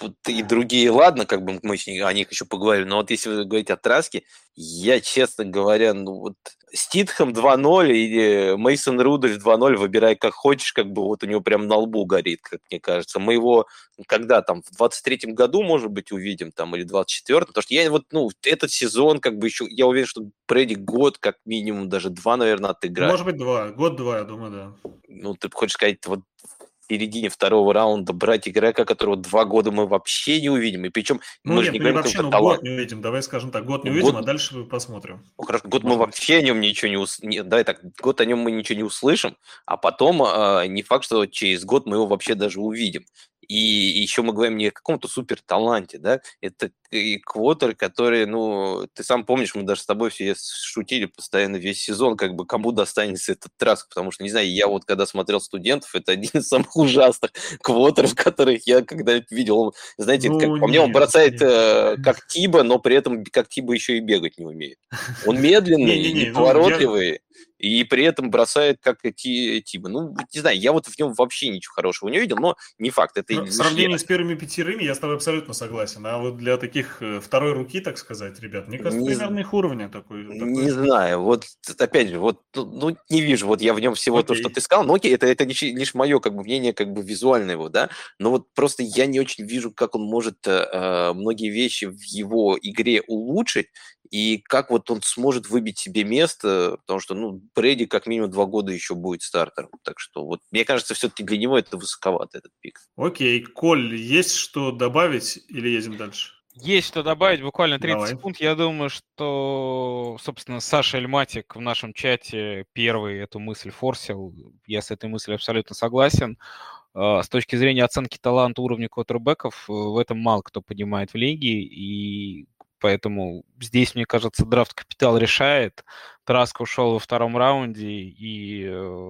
и другие, ладно, как бы мы о них еще поговорим, но вот если вы говорите о Траске, я, честно говоря, ну вот Ститхэм 2.0 или Мейсон Рудольф 2.0, выбирай как хочешь, как бы вот у него прям на лбу горит, как мне кажется. Мы его когда там, в 23-м году, может быть, увидим, там, или 24-м, потому что я вот, ну, этот сезон, как бы еще, я уверен, что Брэди год, как минимум, даже 2, наверное, отыграет. Может быть, 2, год-2, я думаю, да. Ну, ты хочешь сказать, вот в середине второго раунда брать игрока, которого 2 года мы вообще не увидим. И причем мы же не говорим, вообще, что талант. Год не увидим. Давай скажем так, год не увидим, а дальше посмотрим. Ну, хорошо, год мы вообще о нем ничего давай так, год о нем мы ничего не услышим, а потом не факт, что через год мы его вообще даже увидим. И еще мы говорим не о каком-то супер таланте, да, это и квотер, который, ну, ты сам помнишь, мы даже с тобой все шутили постоянно весь сезон, как бы кому достанется этот Траск, потому что, не знаю, я вот когда смотрел «Студентов», это один из самых ужасных квотеров, которых я когда-то видел. Он, знаете, по мне он бросает как Тиба, но при этом как Тиба еще и бегать не умеет. Он медленный, неповоротливый. И при этом бросает как Тиба. Ну, не знаю, я вот в нем вообще ничего хорошего не увидел, но не факт. Это в сравнении с первыми 5 я с тобой абсолютно согласен. А вот для таких второй руки, так сказать, ребят, мне кажется, примерно их уровня такой. Не знаю, вот опять же, вот, ну, не вижу, вот я в нем всего то, что ты сказал, но окей, это лишь мое как бы мнение, как бы визуальное его, да, но вот просто я не очень вижу, как он может многие вещи в его игре улучшить, и как вот он сможет выбить себе место, потому что, ну, Брэди как минимум 2 года еще будет стартером. Так что вот, мне кажется, все-таки для него это высоковато, этот пик. Окей, Коль, есть что добавить или едем дальше? Есть что добавить, буквально 30 секунд. Я думаю, что, собственно, Саша Эльматик в нашем чате первый эту мысль форсил. Я с этой мыслью абсолютно согласен. С точки зрения оценки таланта уровня квотербеков, в этом мало кто понимает в лиге, и поэтому здесь, мне кажется, драфт-капитал решает. Траск ушел во втором раунде, и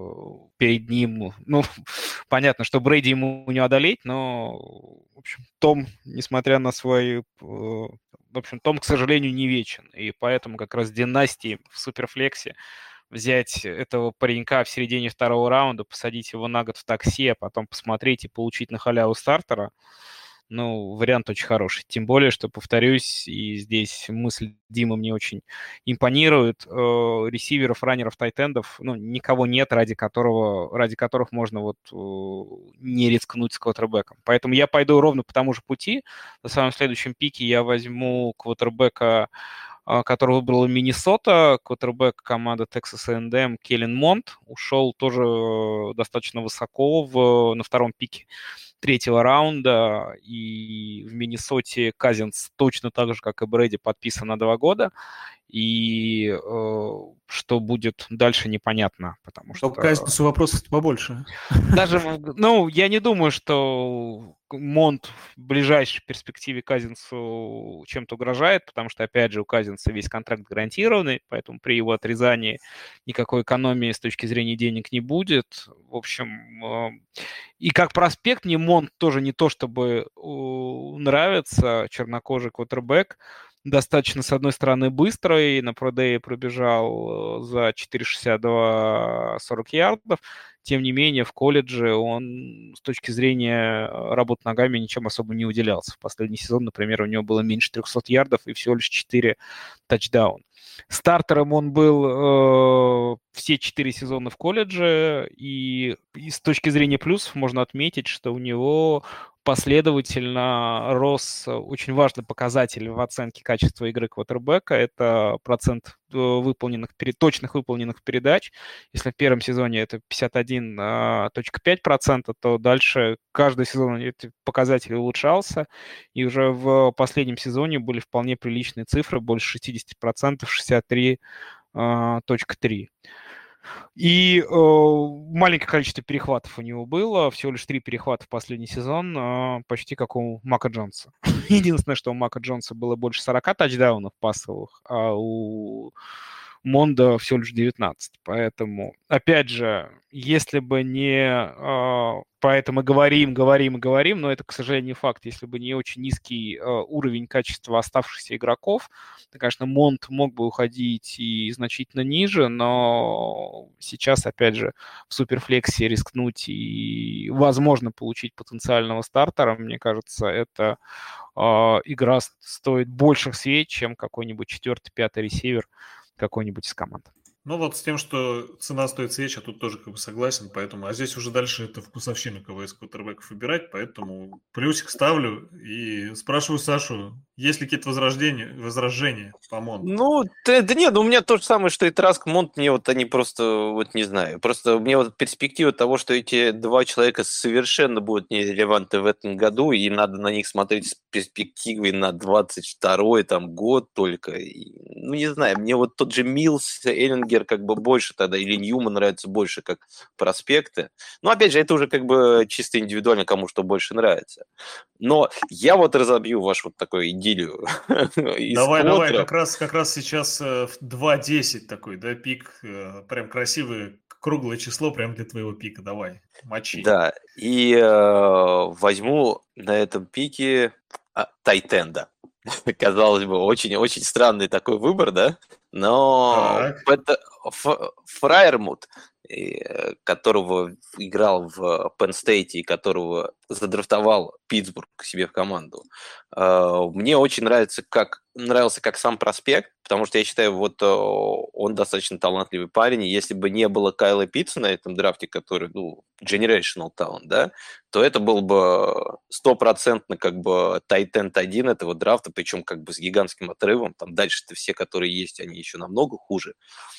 перед ним, ну, понятно, что Брэди ему не одолеть, но, в общем, Том, несмотря на свой... В общем, Том, к сожалению, не вечен, и поэтому как раз династии в суперфлексе взять этого паренька в середине второго раунда, посадить его на год в такси, а потом посмотреть и получить на халяву стартера, ну, вариант очень хороший. Тем более, что, повторюсь, и здесь мысль Димы мне очень импонирует. Ресиверов, раннеров, тайтендов, ну, никого нет, ради которых можно вот не рискнуть с квотербеком. Поэтому я пойду ровно по тому же пути. На своем следующем пике я возьму квотербека, который выбрала Миннесота, квотербек команды Texas A&M Келлен Монт, ушел тоже достаточно высоко на втором пике 3-го раунда, и в Миннесоте Казинс точно так же, как и Брэди, подписан на 2 года, и что будет дальше, непонятно, потому что... К Казинсу вопросов побольше. Даже, ну, я не думаю, что Монт в ближайшей перспективе Казинсу чем-то угрожает, потому что, опять же, у Казинса весь контракт гарантированный, поэтому при его отрезании никакой экономии с точки зрения денег не будет. В общем, и как проспект мне Монт тоже не то чтобы нравится, чернокожий квотербек, достаточно, с одной стороны, быстрый, на продее пробежал за 4,62 40 ярдов, тем не менее, в колледже он с точки зрения работы ногами ничем особо не уделялся. В последний сезон, например, у него было меньше 300 ярдов и всего лишь 4 тачдауна. Стартером он был все 4 сезона в колледже, и с точки зрения плюсов можно отметить, что у него последовательно рос очень важный показатель в оценке качества игры квотербека. Это процент точных выполненных передач. Если в первом сезоне это 51,5%, то дальше каждый сезон этот показатель улучшался. И уже в последнем сезоне были вполне приличные цифры, больше 60%, 63,3%. И маленькое количество перехватов у него было, всего лишь 3 перехвата в последний сезон, почти как у Мака Джонса. Единственное, что у Мака Джонса было больше 40 тачдаунов пассовых, а у Мондо всего лишь 19. Поэтому, опять же, если бы не... Поэтому говорим, но это, к сожалению, факт. Если бы не очень низкий уровень качества оставшихся игроков, то, конечно, Монт мог бы уходить и значительно ниже, но сейчас, опять же, в суперфлексе рискнуть и, возможно, получить потенциального стартера, мне кажется, эта игра стоит больших свеч, чем какой-нибудь 4-5 ресивер какой-нибудь из команд. Ну вот с тем, что цена стоит свеч, я тут тоже как бы согласен, поэтому, а здесь уже дальше это вкусовщина, кого из квотербеков выбирать, поэтому плюсик ставлю и спрашиваю Сашу, есть ли какие-то возражения по Монту? Ну, да нет, у меня то же самое, что и Траск, Монт, мне вот они просто, вот не знаю, просто мне вот перспектива того, что эти два человека совершенно будут нерелевантны в этом году, и надо на них смотреть с перспективой на 22-й там год только, ну, не знаю, мне вот тот же Милс, Эллингер как бы больше тогда, или Ньюман нравится больше как проспекты. Но, опять же, это уже как бы чисто индивидуально, кому что больше нравится. Но я вот разобью ваш вот такой идиллию. Давай, как раз сейчас в 2.10 такой, да, пик, прям красивое, круглое число прям для твоего пика, давай, мочи. Да, и возьму на этом пике тайтенда. Казалось бы, очень-очень странный такой выбор, да? Но это Фрайермут, которого играл в Penn State и которого задрафтовал Питтсбург к себе в команду, мне очень нравился как сам проспект, потому что я считаю, вот он достаточно талантливый парень, и если бы не было Кайла Питтса на этом драфте, который, ну, generational talent, да, то это был бы стопроцентно как бы tight-end 1 этого драфта, причем как бы с гигантским отрывом, там дальше-то все, которые есть, они еще намного хуже.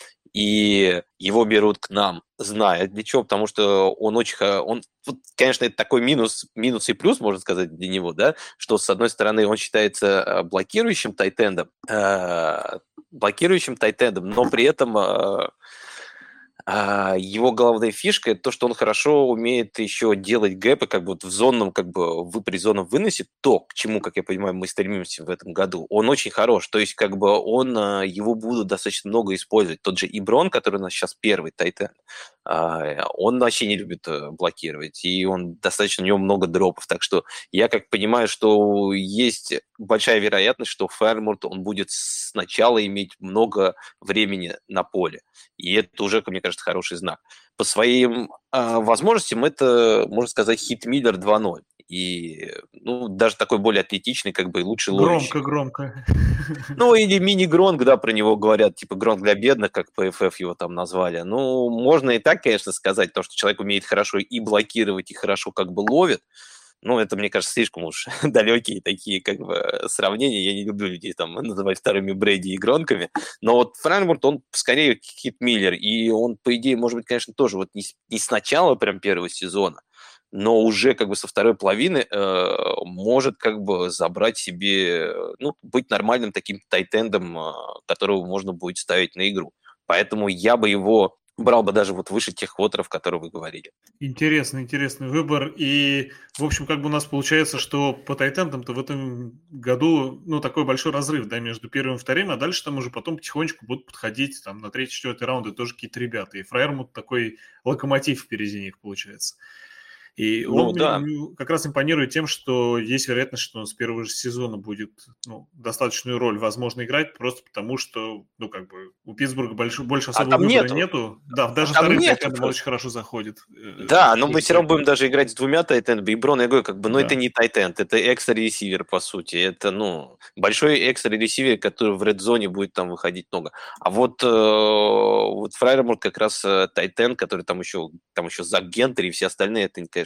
И его берут к нам, зная для чего, потому что он очень... конечно, это такой минус и плюс, можно сказать, для него, да, что, с одной стороны, он считается блокирующим тайтендом, но при этом его главная фишка – это то, что он хорошо умеет еще делать гэпы, как бы вот в зонном, как бы при зонном выносе, то, к чему, как я понимаю, мы стремимся в этом году, он очень хорош. То есть, как бы его будут достаточно много использовать. Тот же Иброн, который у нас сейчас первый тайтенд, он вообще не любит блокировать, и у него много дропов. Так что я как понимаю, что есть большая вероятность, что Фэрмурт, он будет сначала иметь много времени на поле. И это уже, мне кажется, хороший знак. По своим возможностям это, можно сказать, Хит Миллер 2.0. И, ну, даже такой более атлетичный, как бы, и лучше ловящий. Громко. Ну, или мини-Гронк, да, про него говорят, типа Гронк для бедных, как PFF его там назвали. Ну, можно и так, конечно, сказать, то, что человек умеет хорошо и блокировать, и хорошо как бы ловит. Ну, это, мне кажется, слишком уж далекие такие как бы сравнения. Я не люблю людей там называть вторыми Брэди и Гронками. Но вот Фрайермут, он скорее Хит Миллер. И он, по идее, может быть, конечно, тоже вот не с начала прям первого сезона, но уже как бы со второй половины может как бы забрать себе, ну, быть нормальным таким тайтендом, которого можно будет ставить на игру. Поэтому я бы его брал бы даже вот выше тех квотеров, которые вы говорили. Интересный выбор. И, в общем, как бы у нас получается, что по тайтендам-то в этом году, ну, такой большой разрыв, да, между первым и вторым, а дальше там уже потом потихонечку будут подходить там на 3-4 раунды тоже какие-то ребята. И Фрайермут такой локомотив впереди них получается. И он как раз импонирует тем, что есть вероятность, что он с первого же сезона будет, ну, достаточную роль, возможно, играть, просто потому что, ну, как бы у Питтсбурга больше особого выбора нету. Да, даже вторым тайтендом очень хорошо заходит. Да, но мы все равно будем даже играть с двумя тайтендами. И Брон, я говорю, как бы, ну, это не тайтенд, это экстра-ресивер, по сути. Это, ну, большой экстра-ресивер, который в редзоне будет там выходить много. А вот Фрайермут как раз тайтенд, который там еще Зак Гентри и все остальные, это, конечно,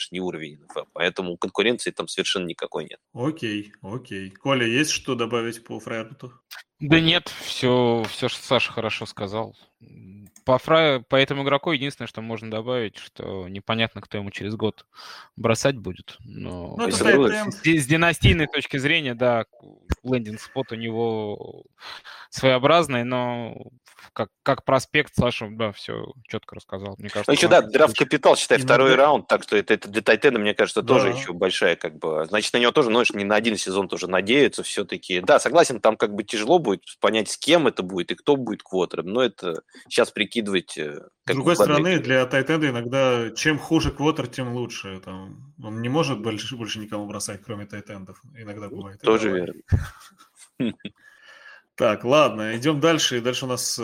конечно, не уровень НФЛ, поэтому конкуренции там совершенно никакой нет. Окей. Коля, есть что добавить по Фрейруту? Да нет, все, что Саша хорошо сказал. По этому игроку единственное, что можно добавить, что непонятно, кто ему через год бросать будет. Но Ну, это Безруков. тайт-энд. с династийной точки зрения, да, лендинг-спот у него своеобразный, но как проспект Саша, да, все четко рассказал. Мне кажется, Ну, еще, да, драфт-капитал, считай, второй раунд, так что это для тайтенда, мне кажется, тоже еще большая, как бы, значит, на него тоже, ну, не на один сезон тоже надеются все-таки. Да, согласен, там как бы тяжело будет понять, с кем это будет и кто будет квотером, но это сейчас прикидывать... С другой стороны, для тайтенда иногда чем хуже квотер, тем лучше. Там, он не может больше никому бросать, кроме тайтендов. Иногда бывает. Тоже верно. Так, ладно, идем дальше. И дальше у нас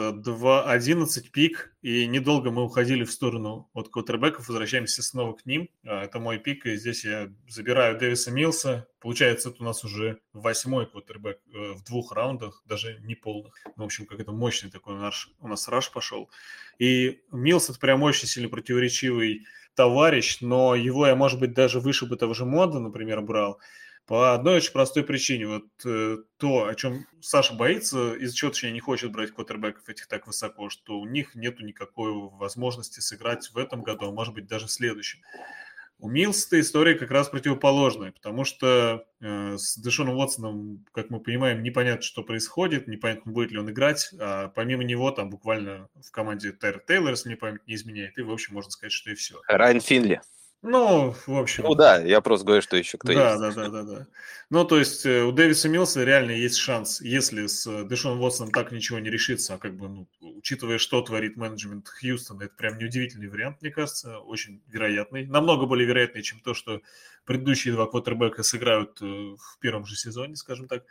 2-11 пик. И недолго мы уходили в сторону от квотербеков. Возвращаемся снова к ним. Это мой пик. И здесь я забираю Дэвиса Милса. Получается, это у нас уже 8-й квотербек в 2 раундах, даже не полных. Ну, в общем, как это мощный такой у нас раш пошел. И Милс – это прям очень сильно противоречивый товарищ. Но его я, может быть, даже выше бы того же Мода, например, брал. По одной очень простой причине. Вот то, о чем Саша боится, из-за чего точнее не хочет брать квотербеков этих так высоко, что у них нету никакой возможности сыграть в этом году, а может быть даже в следующем. У Милса история как раз противоположная, потому что с Дэшоном Уотсоном, как мы понимаем, непонятно, что происходит, непонятно, будет ли он играть. А помимо него там буквально в команде Тайрод Тейлор, если мне память не изменяет, и, в общем, можно сказать, что и все. Райан Финли. Ну, в общем... Ну да, я просто говорю, что еще кто есть. Да. Ну, то есть у Дэвиса Милса реально есть шанс, если с Дэшоном Уотсоном так ничего не решится, а как бы, ну, учитывая, что творит менеджмент Хьюстона, это прям неудивительный вариант, мне кажется, очень вероятный. Намного более вероятный, чем то, что предыдущие 2 квотербека сыграют в первом же сезоне, скажем так.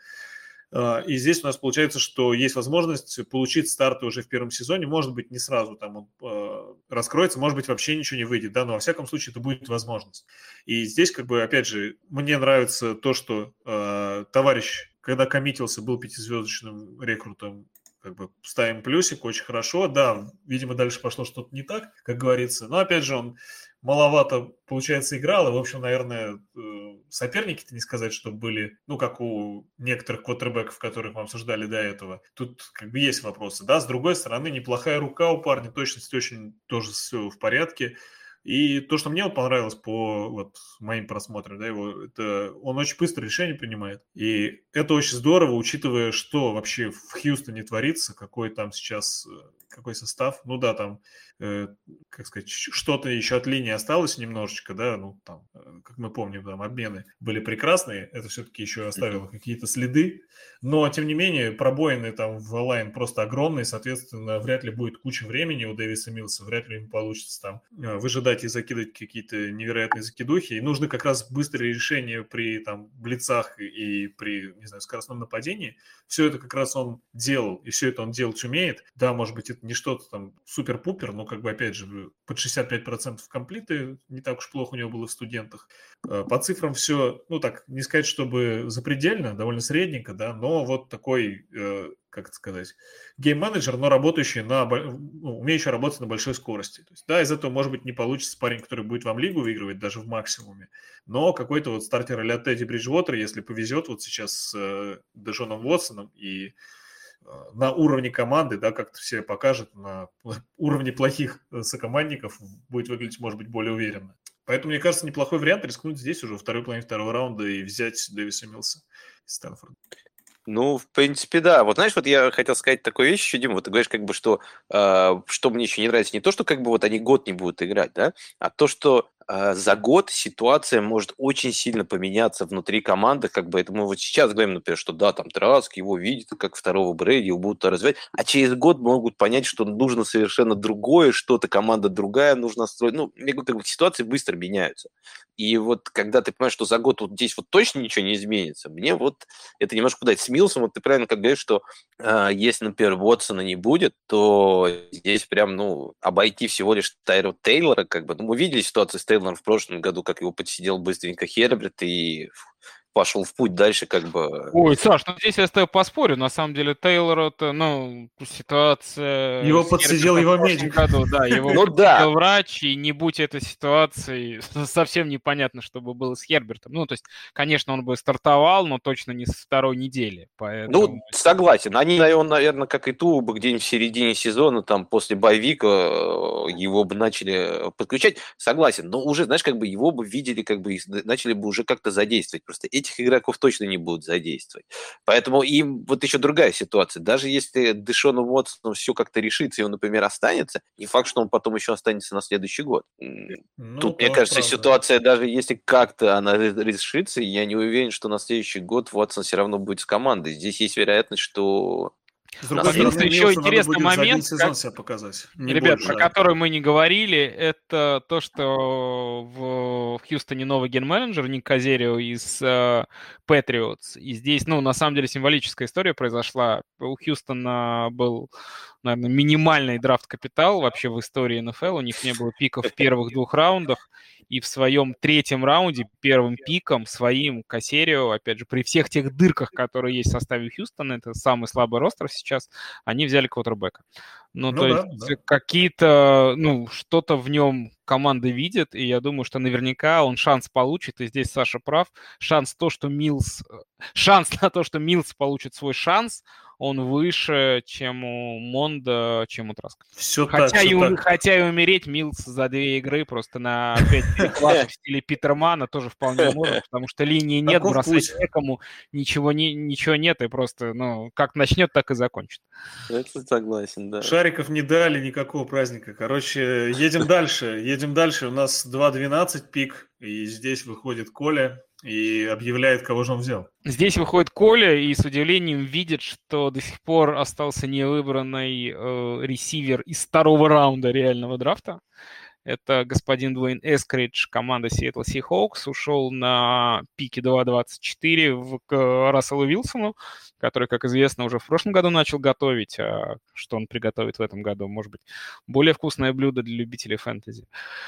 И здесь у нас получается, что есть возможность получить старты уже в первом сезоне. Может быть, не сразу там он раскроется, может быть, вообще ничего не выйдет, да, но во всяком случае это будет возможность. И здесь, как бы, опять же, мне нравится то, что товарищ, когда коммитился, был 5-звездочным рекрутом, как бы ставим плюсик, очень хорошо. Да, видимо, дальше пошло что-то не так, как говорится. Но, опять же, он маловато, получается, играл. И, в общем, наверное, соперники-то не сказать, что были, ну, как у некоторых квотербеков, которых мы обсуждали до этого. Тут как бы есть вопросы. Да, с другой стороны, неплохая рука у парня, точность очень тоже все в порядке. И то, что мне вот понравилось по вот моим просмотрам, да, его, это он очень быстро решения принимает. И это очень здорово, учитывая, что вообще в Хьюстоне творится, какой там сейчас, какой состав. Ну да, там, как сказать, что-то еще от линии осталось немножечко, да, ну там, как мы помним, там обмены были прекрасные, это все-таки еще оставило какие-то следы. Но, тем не менее, пробоины там в лайн просто огромные, соответственно, вряд ли будет куча времени у Дэвиса Милса, вряд ли ему получится там выжидать и закидывать какие-то невероятные закидухи. И нужны как раз быстрые решения при там блицах и при, не знаю, скоростном нападении. Все это как раз он делал, и все это он делать умеет. Да, может быть, это не что-то там супер-пупер, но как бы, опять же, под 65% комплиты, не так уж плохо у него было в студентах. По цифрам все, ну так, не сказать, чтобы запредельно, довольно средненько, да, но вот такой, как это сказать, гейм-менеджер, но работающий умеющий работать на большой скорости. То есть, да, из этого, может быть, не получится парень, который будет вам лигу выигрывать даже в максимуме, но какой-то вот стартер а-ля Тедди Бриджвотер, если повезет вот сейчас с Дэшоном Уотсоном и на уровне команды, да, как-то все покажет, на уровне плохих сокомандников будет выглядеть, может быть, более уверенно. Поэтому, мне кажется, неплохой вариант рискнуть здесь уже во второй половине второго раунда и взять Дэвиса Милса из Стэнфорда. Ну, в принципе, да. Вот знаешь, вот я хотел сказать такую вещь еще, Дима, вот ты говоришь, как бы, что мне еще не нравится, не то, что как бы вот они год не будут играть, да, а то, что за год ситуация может очень сильно поменяться внутри команды, как бы это мы вот сейчас говорим, например, что да, там Траск его видит как второго Брэди, его будут развивать, а через год могут понять, что нужно совершенно другое, что-то команда другая нужно строить. Ну, я говорю, как бы ситуации быстро меняются. И вот когда ты понимаешь, что за год вот здесь вот точно ничего не изменится, мне вот это немножко куда-то с Милсом, вот ты правильно как говоришь, что если, например, Уотсона не будет, то здесь прям, ну, обойти всего лишь Тайрода Тейлора, как бы, ну, мы видели ситуацию с Тейлором в прошлом году, как его подсидел быстренько Херберт, и пошел в путь дальше, как бы... Ой, Саш, ну здесь я с тобой поспорю. На самом деле Тейлор это, ситуация... Его с подсидел Хербертом его в прошлом медик. году, да, его Ну да. подсидел врач, и не будь этой ситуации, совсем непонятно, что бы было с Хербертом. Ну, то есть, конечно, он бы стартовал, но точно не с второй недели. Поэтому... Ну, согласен. Они, наверное, как и Ту, бы где-нибудь в середине сезона, там, после боевика, его бы начали подключать. Согласен. Но уже, знаешь, как бы его бы видели, как бы начали бы уже как-то задействовать. Просто этих игроков точно не будут задействовать. Поэтому им вот еще другая ситуация. Даже если Дэшону Уотсону все как-то решится, и он, например, останется, не факт, что он потом еще останется на следующий год. Тут, мне кажется, правда. ситуация, даже если как-то она решится, я не уверен, что на следующий год Уотсон все равно будет с командой. Здесь есть вероятность, что... С другой Помимо стороны, еще Милсу надо интересный будет за один момент, сезон себя показать. Не ребят, больше. про который мы не говорили, это то, что в Хьюстоне новый ген-менеджер Ник Казерио из Patriots. И здесь, на самом деле, символическая история произошла. У Хьюстона был, наверное, минимальный драфт-капитал вообще в истории НФЛ. У них не было пиков в первых 2 раундах. И в своем 3-м раунде первым пиком своим Казерио, опять же, при всех тех дырках, которые есть в составе Хьюстона, это самый слабый ростер сейчас, они взяли квотербека. То есть какие-то, что-то в нем команда видит, и я думаю, что наверняка он шанс получит, и здесь Саша прав. Шанс на то, что Милс получит свой шанс, он выше, чем у Монда, чем у Траска. Хотя и умереть Милс за 2 игры просто на 5 перехватов в стиле Питермана тоже вполне можно, потому что линии нет, бросать некому, ничего нет, и просто, как начнет, так и закончит. Это согласен, да. Шариков не дали никакого праздника. Короче, едем дальше. У нас 2-12 пик, и здесь выходит Коля и объявляет, кого же он взял. Здесь выходит Коля и с удивлением видит, что до сих пор остался невыбранный ресивер из 2-го раунда реального драфта. Это господин Дуэйн Эскридж, команда Seattle Seahawks, ушел на пике 2.24 к Расселу Уилсону, который, как известно, уже в прошлом году начал готовить. А что он приготовит в этом году? Может быть, более вкусное блюдо для любителей фэнтези.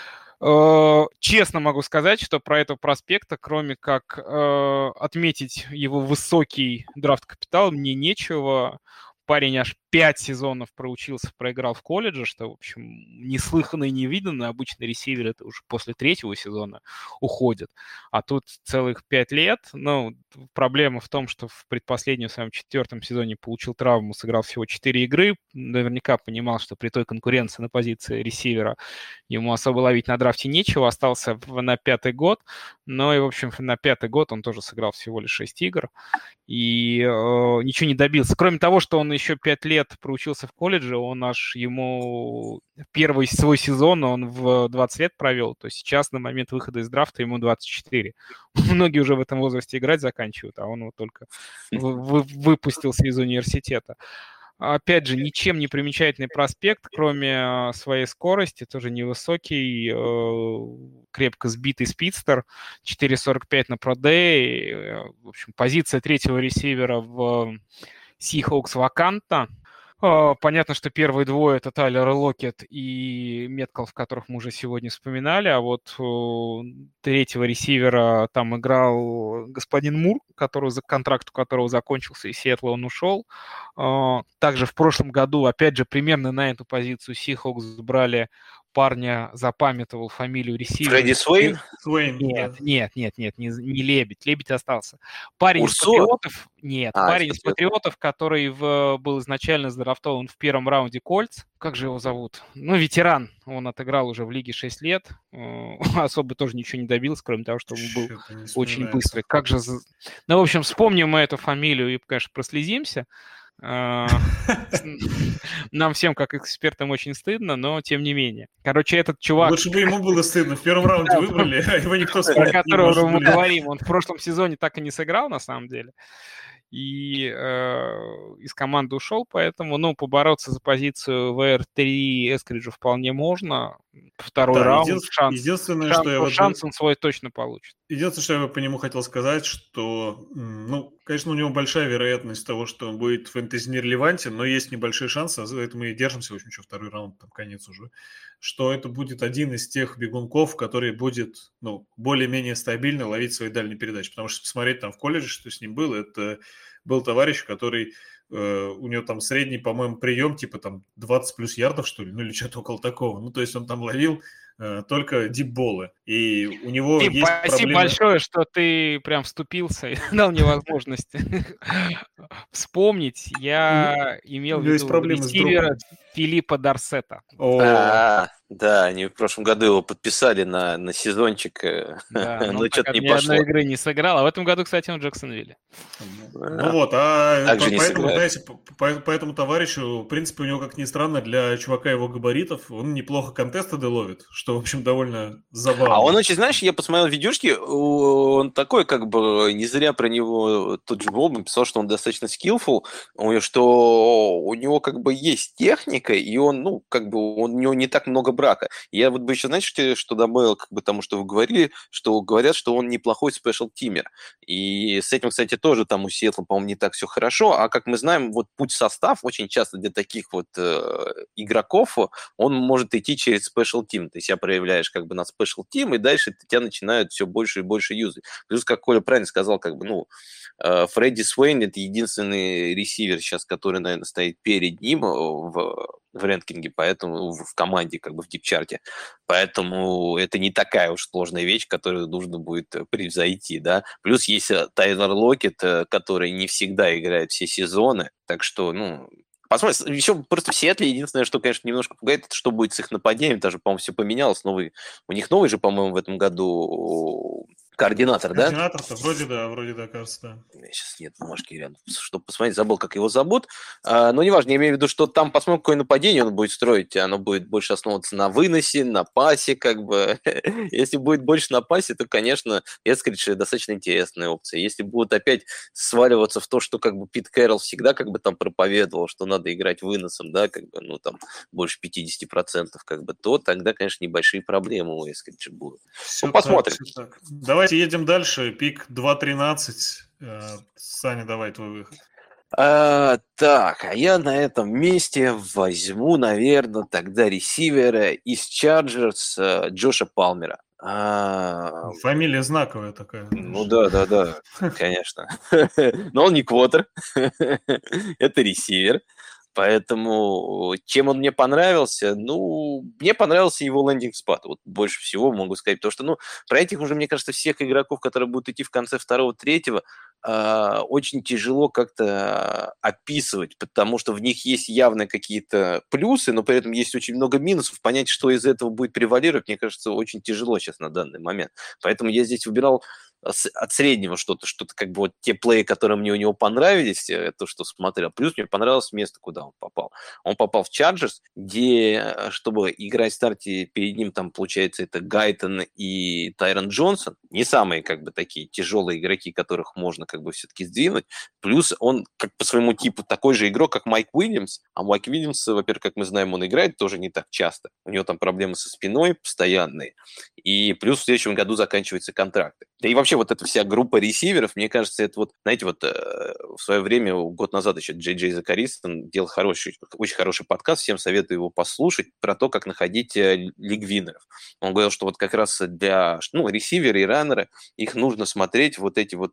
Честно могу сказать, что про этого проспекта, кроме как отметить его высокий драфт-капитал, мне нечего. Парень аж 5 сезонов проучился, проиграл в колледже, что, в общем, неслыханно и невиданно. Обычно ресивер это уже после 3-го сезона уходит. А тут целых 5 лет. Проблема в том, что в предпоследнем своем 4-м сезоне получил травму, сыграл всего 4 игры. Наверняка понимал, что при той конкуренции на позиции ресивера ему особо ловить на драфте нечего. Остался на 5-й год. Но и, в общем, на 5-й год он тоже сыграл всего лишь 6 игр. И ничего не добился. Кроме того, что он еще 5 лет проучился в колледже, ему первый свой сезон он в 20 лет провел, то есть сейчас на момент выхода из драфта ему 24. Многие уже в этом возрасте играть заканчивают, а он вот только выпустился из университета. Опять же, ничем не примечательный проспект, кроме своей скорости, тоже невысокий, крепко сбитый спидстер, 4.45 на продей. В общем, позиция 3-го ресивера в Seahawks вакантна. Понятно, что первые 2 это Тайлер Локет и Меткалф, которых мы уже сегодня вспоминали, а вот 3-го ресивера там играл господин Мур, контракт у которого закончился, из Сиэтла он ушел. Также в прошлом году, опять же, примерно на эту позицию Seahawks брали парня, запамятовал фамилию ресивера. Фредди Суэйн? Нет, не Лебедь. Лебедь остался. Парень из Патриотов. Нет, парень из Патриотов, который был изначально задрафтован в 1-м раунде Кольц. Как же его зовут? Ветеран. Он отыграл уже в лиге 6 лет. Особо тоже ничего не добился, кроме того, что он был очень быстрый. Как же... в общем, вспомним мы эту фамилию и, конечно, прослезимся. Нам всем, как экспертам, очень стыдно, но тем не менее. Короче, этот чувак... Лучше бы ему было стыдно. В 1-м раунде выбрали, а его никто вспомнить не может. О котором мы говорим. Он в прошлом сезоне так и не сыграл, на самом деле. И из команды ушел, поэтому, побороться за позицию VR3 Эскриджу вполне можно. 2-й раунд, шанс он свой точно получит. Единственное, что я бы по нему хотел сказать, что, Конечно, у него большая вероятность того, что он будет фэнтези нерелевантен, но есть небольшой шанс, а за это мы и держимся, в общем, что второй раунд, там конец уже, что это будет один из тех бегунков, который будет, ну, более-менее стабильно ловить свои дальние передачи. Потому что посмотреть там в колледже, что с ним было, это был товарищ, который, у него там средний, по-моему, прием, типа там 20 плюс ярдов, что ли, ну или что-то около такого. Ну, то есть он там ловил только дипболы. И у него Тим, есть спасибо проблемы... большое, что ты прям вступился и дал мне возможность вспомнить. Я имел У в него есть виду проблемы с ресивера дропом. Филиппа Дарсета. Да, они в прошлом году его подписали на сезончик, Да, но но так что-то как не ни пошло. одной игры не сыграл. А в этом году, кстати, он в Джексонвилле. Ну вот, также не поэтому, сыграет. знаете, по этому товарищу, в принципе, у него, как ни странно, для чувака его габаритов, он неплохо контесты ловит, что, в общем, довольно забавно. А он очень, знаешь, я посмотрел видюшки, он такой, как бы, не зря про него тот же Боб писал, что он достаточно skillful, что у него, как бы, есть техника, и он, ну, как бы, у него не так много брака. Я вот бы еще, знаете, что добавил, как бы, тому, что вы говорили, что говорят, что он неплохой спешл-тимер. И с этим, кстати, тоже там у Сиэтла, по-моему, не так все хорошо, а как мы знаем, вот путь в состав очень часто для таких вот игроков, он может идти через спешл тим. Ты себя проявляешь как бы на спешл тим, и дальше тебя начинают все больше и больше юзать. Плюс, как Коля правильно сказал, как бы, ну, Фредди Суэйн – это единственный ресивер сейчас, который, наверное, стоит перед ним в рэнкинге, поэтому в команде, как бы в дипчарте. Поэтому это не такая уж сложная вещь, которую нужно будет превзойти, да. Плюс есть Тайлер Локет, который не всегда играет все сезоны, так что, ну, посмотрим. Еще просто в Сиэтле единственное, что, конечно, немножко пугает, это что будет с их нападением. Даже, по-моему, все поменялось. У них новый же, по-моему, в этом году координатор, да? Координатор-то вроде да, кажется, да. У меня сейчас нет бумажки рядом, чтобы посмотреть, забыл, как его зовут. Но неважно, я имею в виду, что там посмотрим, какое нападение он будет строить. Оно будет больше основываться на выносе, на пасе, как бы. Если будет больше на пасе, то, конечно, Эскридж достаточно интересная опция. Если будут опять сваливаться в то, что как бы Пит Кэрролл всегда как бы там проповедовал, что надо играть выносом, да, как бы, ну, там, больше 50%, как бы, то тогда, конечно, небольшие проблемы у Эскриджа будут. Ну, посмотрим. Так. Давайте едем дальше. Пик 2.13. Саня, давай твой выход. Так, а я на этом месте возьму, наверное, тогда ресивера из Чарджерс Джоша Палмера. Фамилия знаковая такая. Ну да, конечно. Но он не квотер, это ресивер. Поэтому чем он мне понравился? Ну, мне понравился его лендинг-спад. Вот больше всего могу сказать. Потому что, ну, про этих уже, мне кажется, всех игроков, которые будут идти в конце второго, третьего, очень тяжело как-то описывать, потому что в них есть явно какие-то плюсы, но при этом есть очень много минусов. Понять, что из этого будет превалировать, мне кажется, очень тяжело сейчас на данный момент. Поэтому я здесь выбирал от среднего что-то как бы вот те плеи, которые мне у него понравились, то, что смотрел. Плюс мне понравилось место, куда он попал. Он попал в Чарджерс, где, чтобы играть в старте, перед ним там, получается, это Гайтон и Тайрон Джонсон. Не самые, как бы, такие тяжелые игроки, которых можно, как бы, все-таки сдвинуть. Плюс он, как по своему типу, такой же игрок, как Майк Уильямс. А Майк Уильямс, во-первых, как мы знаем, он играет тоже не так часто. У него там проблемы со спиной постоянные. И плюс в следующем году заканчиваются контракты. Да и вообще вот эта вся группа ресиверов, мне кажется, это вот, знаете, вот в свое время, год назад еще Джей Джей Закарисон делал очень хороший подкаст, всем советую его послушать, про то, как находить лиг-виннеров. Он говорил, что вот как раз для, ну, ресивера и раннера их нужно смотреть вот эти вот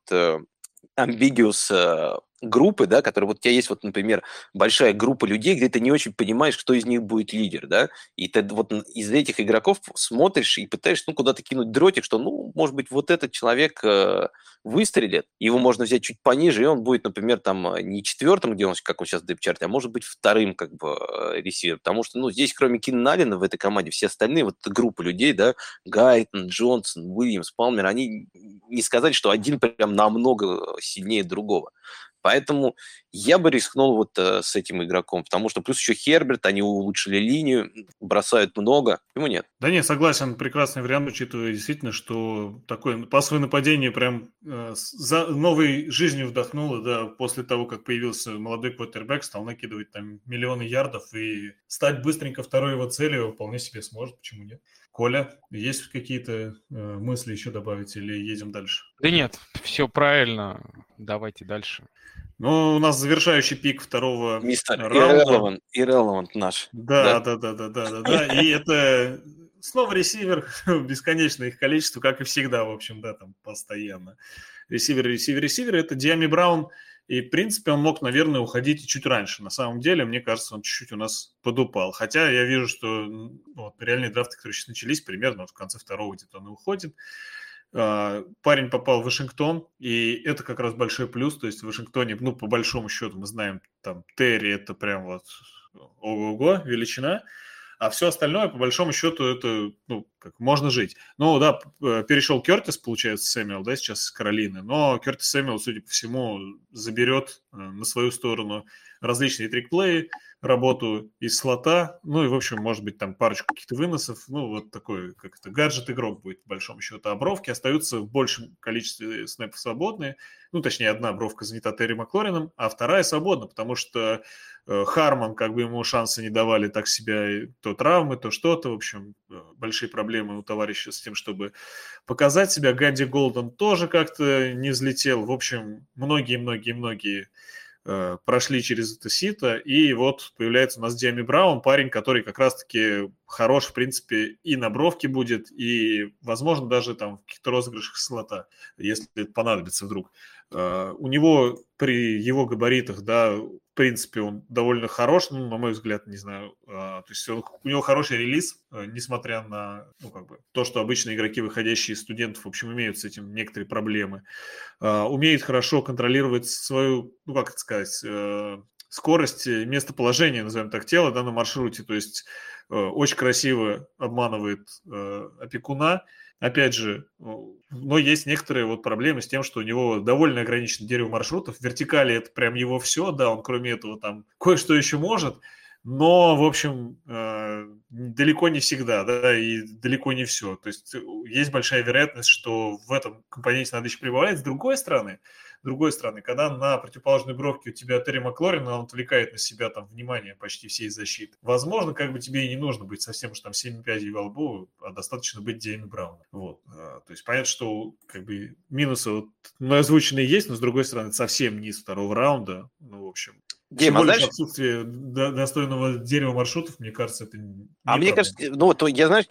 ambiguous группы, да, которые вот у тебя есть, вот, например, большая группа людей, где ты не очень понимаешь, кто из них будет лидер, да, и ты вот из этих игроков смотришь и пытаешься, ну, куда-то кинуть дротик, что, ну, может быть, вот этот человек выстрелит, его можно взять чуть пониже, и он будет, например, там не четвертым, где он, как он сейчас в депчарте, а может быть вторым, как бы, ресивером, потому что, ну, здесь, кроме Кинна Аллена в этой команде, все остальные, вот группа людей, да, Гайтон, Джонсон, Уильямс, Палмер, они не сказать, что один прям намного сильнее другого. Поэтому я бы рискнул вот с этим игроком, потому что плюс еще Херберт, они улучшили линию, бросают много, ему нет. Да не, согласен, прекрасный вариант, учитывая действительно, что такое пасовое нападение прям за новой жизнью вдохнуло, да, после того, как появился молодой квотербек, стал накидывать там миллионы ярдов, и стать быстренько второй его целью вполне себе сможет, почему нет. Коля, есть какие-то мысли еще добавить или едем дальше? Да нет, все правильно. Давайте дальше. Ну, у нас завершающий пик второго Мистер раунда. Irrelevant наш. Да. И это снова ресивер, бесконечное их количество, как и всегда, в общем, да, там постоянно. Ресивер. Это Диами Браун. И, в принципе, он мог, наверное, уходить и чуть раньше. На самом деле, мне кажется, он чуть-чуть у нас подупал. Хотя я вижу, что вот, реальные драфты, которые сейчас начались, примерно вот в конце второго где-то он и уходит. Парень попал в Вашингтон, и это как раз большой плюс. То есть в Вашингтоне, ну, по большому счету, мы знаем, там, Терри – это прям вот ого-го, величина. А все остальное, по большому счету, это, ну, как можно жить. Ну, да, перешел Кертис, получается, Сэмюэл, да, сейчас из Каролины. Но Кертис Сэмюэл, судя по всему, заберет на свою сторону различные трикплеи, работу из слота, ну и, в общем, может быть, там парочку каких-то выносов. Ну, вот такой, как это, гаджет-игрок будет, по большому счету. А бровки остаются в большем количестве снэпов свободные. Ну, точнее, одна бровка занята Терри Маклорином, а вторая свободна, потому что Харман, как бы ему шансы не давали так себя, то травмы, то что-то. В общем, большие проблемы у товарища с тем, чтобы показать себя. Ганди Голден тоже как-то не взлетел. В общем, многие прошли через это сито, и вот появляется у нас Диами Браун, парень, который как раз-таки хорош, в принципе, и на бровке будет, и, возможно, даже там в каких-то розыгрышах слота, если это понадобится вдруг. У него при его габаритах, да, в принципе, он довольно хорош, ну, на мой взгляд, не знаю, то есть у него хороший релиз, несмотря на, ну, как бы, то, что обычно игроки, выходящие из студентов, в общем, имеют с этим некоторые проблемы. Умеет хорошо контролировать свою, ну, как это сказать, скорость, местоположение, назовем так, тела, да, на маршруте, то есть очень красиво обманывает опекуна. Опять же, но есть некоторые вот проблемы с тем, что у него довольно ограничено дерево маршрутов. В вертикали это прям его все, да, он кроме этого там кое-что еще может, но, в общем, далеко не всегда, да, и далеко не все. То есть есть большая вероятность, что в этом компоненте надо еще прибавлять. С другой стороны, когда на противоположной бровке у тебя Терри Маклорин, он отвлекает на себя там внимание почти всей защиты. Возможно, как бы тебе и не нужно быть совсем уж там 7 пядей во лбу, а достаточно быть Диами Брауном. Вот. То есть понятно, что как бы минусы вот, озвученные есть, но с другой стороны, это совсем низ второго раунда. Ну, в общем... Дима, знаешь... отсутствие достойного дерева маршрутов, мне кажется, это не проблема. Мне кажется, ну, вот, я, знаешь,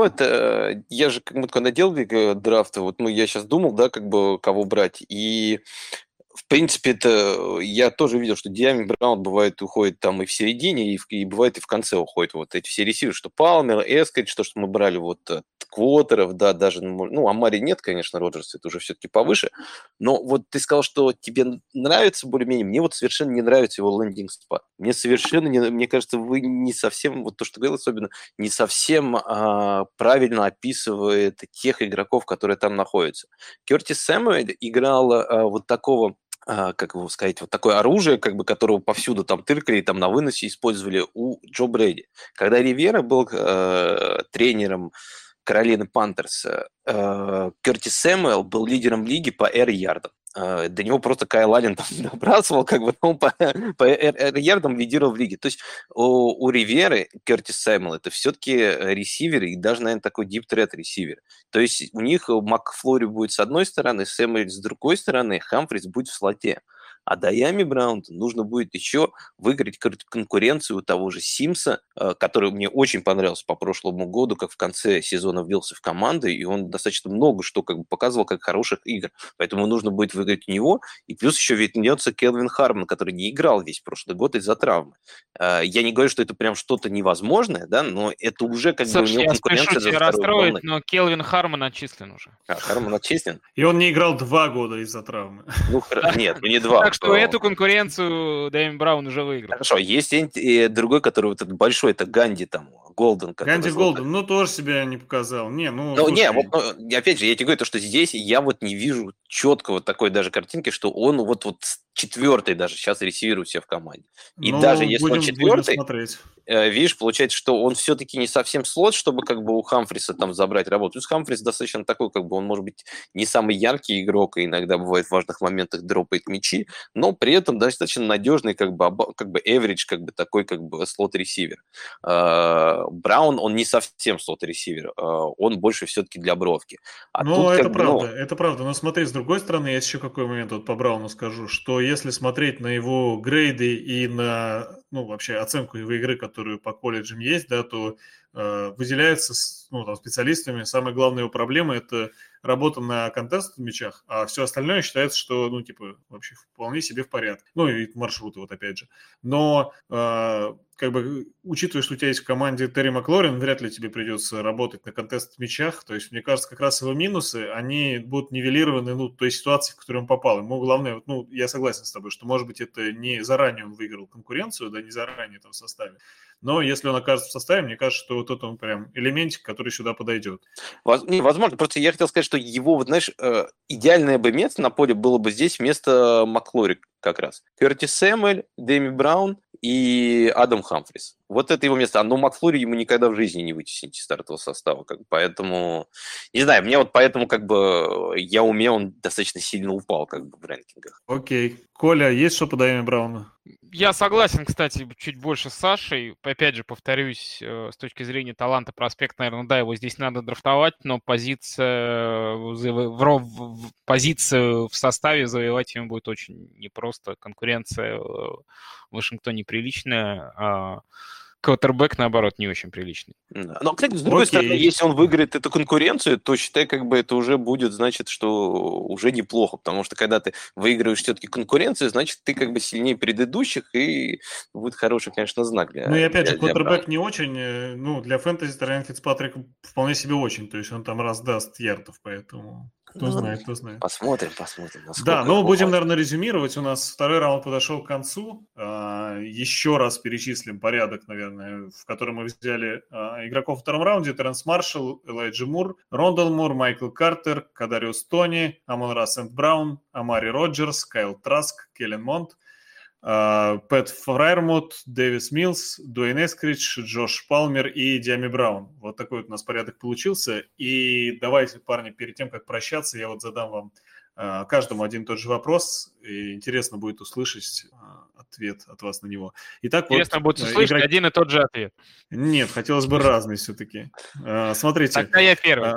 я же, как будто, когда делал драфты, вот, ну, я сейчас думал, да, как бы, кого брать, и в принципе, это я тоже видел, что Диами Браун бывает уходит там и в середине, и бывает и в конце уходит. Вот эти все ресиверы, что Палмер, Эскридж, что мы брали вот Квотеров, да, даже, ну, Амари нет, конечно, Роджерс, это уже все-таки повыше, но вот ты сказал, что тебе нравится более-менее, мне вот совершенно не нравится его лендинг-спад. Мне совершенно не, мне кажется, вы не совсем, вот то, что говорил особенно, не совсем правильно описывает тех игроков, которые там находятся. Кертис Сэмюэль играл вот такого, как его сказать, вот такое оружие, как бы, которого повсюду там тыркали, там на выносе использовали у Джо Брэди. Когда Ривера был тренером Каролины Пантерс, Кертис Сэмюэль был лидером лиги по эйр-ярдам. До него просто Кайл Аллен там набрасывал, как бы, он по эйр-ярдам лидировал в лиге. То есть у Риверы Кертис Сэмюэль это все-таки ресивер и даже, наверное, такой дип-трет ресивер. То есть у них Макфлори будет с одной стороны, Сэмюэль с другой стороны, Хамфрис будет в слоте. А Диами Брауну нужно будет еще выиграть конкуренцию у того же Симса, который мне очень понравился по прошлому году, как в конце сезона ввелся в команду, и он достаточно много что как бы показывал как хороших игр. Поэтому нужно будет выиграть у него. И плюс еще вернется Келвин Харман, который не играл весь прошлый год из-за травмы. Я не говорю, что это прям что-то невозможное, да, но это уже как бы у него конкуренция за второй волной. Но Келвин Харман отчислен уже. Харман отчислен? И он не играл 2 года из-за травмы. Ну, нет, ну не 2. Так что эту конкуренцию Диами Браун уже выиграл. Хорошо, есть другой, который вот этот большой, это Ганди там, Голден. Ганди Голден, ну, тоже себя не показал. Не, ну, опять же, я тебе говорю, то, что здесь я вот не вижу четко вот такой даже картинки, что он вот четвертый даже сейчас ресивер у себя в команде. И Ну, даже если он будем четвертый, смотреть. видишь, получается, что он все-таки не совсем слот, чтобы как бы у Хамфриса там забрать работу. Плюс Хамфрис достаточно такой, как бы он может быть не самый яркий игрок, и иногда бывает в важных моментах дропает мячи, но при этом достаточно надежный, как бы average, как бы такой, как бы слот-ресивер. Браун, он не совсем слот-ресивер, он больше все-таки для бровки. А Ну, тут это как бы, правда, это правда. Но смотри, с другой стороны, я еще какой момент вот по Брауну скажу, что если смотреть на его грейды и на, ну, вообще оценку его игры, которую по колледжам есть, да, то выделяется, ну, там, специалистами, самая главная его проблема – это работа на контест мячах, а все остальное считается, что, ну, типа, вообще вполне себе в порядке. Ну, и маршруты, вот опять же. Но, как бы, учитывая, что у тебя есть в команде Терри Маклорин, вряд ли тебе придется работать на контест мячах. То есть, мне кажется, как раз его минусы, они будут нивелированы, ну, той ситуации, в которую он попал. Ему главное, ну, я согласен с тобой, что, может быть, это не заранее он выиграл конкуренцию, да, не заранее там в составе. Но если он окажется в составе, мне кажется, что вот это он прям элементик, который сюда подойдет. Возможно, просто я хотел сказать, что его, вот, знаешь, идеальное бы место на поле было бы здесь вместо Маклори как раз. Кертис Сэмюэль, Дэми Браун и Адам Хамфрис. Вот это его место. Но Макфлури ему никогда в жизни не вытеснить из стартового состава. Как бы, поэтому, не знаю, мне вот поэтому как бы я умел, он достаточно сильно упал как бы в рэнкингах. Окей. Коля, есть что по Дэми Брауну? Я согласен, кстати, чуть больше с Сашей. Опять же, повторюсь, с точки зрения таланта проспект, наверное, да, его здесь надо драфтовать, но позицию в составе завоевать ему будет очень непросто. Конкуренция в Вашингтоне приличная, а квотербэк, наоборот, не очень приличный. Да. Но, кстати, с другой стороны, если он выиграет эту конкуренцию, то, считай, как бы это уже будет, значит, что уже неплохо, потому что когда ты выигрываешь все-таки конкуренцию, значит, ты как бы сильнее предыдущих, и будет хороший, конечно, знак для... Ну и опять же, квотербэк не очень, ну, для фэнтези Райан Фицпатрик вполне себе очень, то есть он там раздаст ярдов, поэтому... Кто знает, кто знает. Посмотрим. Да, ну будем, наверное, резюмировать. У нас второй раунд подошел к концу. Еще раз перечислим порядок, наверное, в котором мы взяли игроков в втором раунде. Терренс Маршалл, Элайджа Мур, Рондал Мур, Майкл Картер, Кадариус Тони, Амон-Ра Сент Браун, Амари Роджерс, Кайл Траск, Келлен Монт, Пэт Фрайермут, Дэвис Милс, Дуэйн Эскридж, Джош Палмер и Диами Браун. Вот такой вот у нас порядок получился. И давайте, парни, перед тем, как прощаться, я вот задам вам каждому один и тот же вопрос. И интересно будет услышать ответ от вас на него. Итак, интересно вот, будет услышать один и тот же ответ. Нет, хотелось бы разный все-таки. Смотрите. Тогда я первый.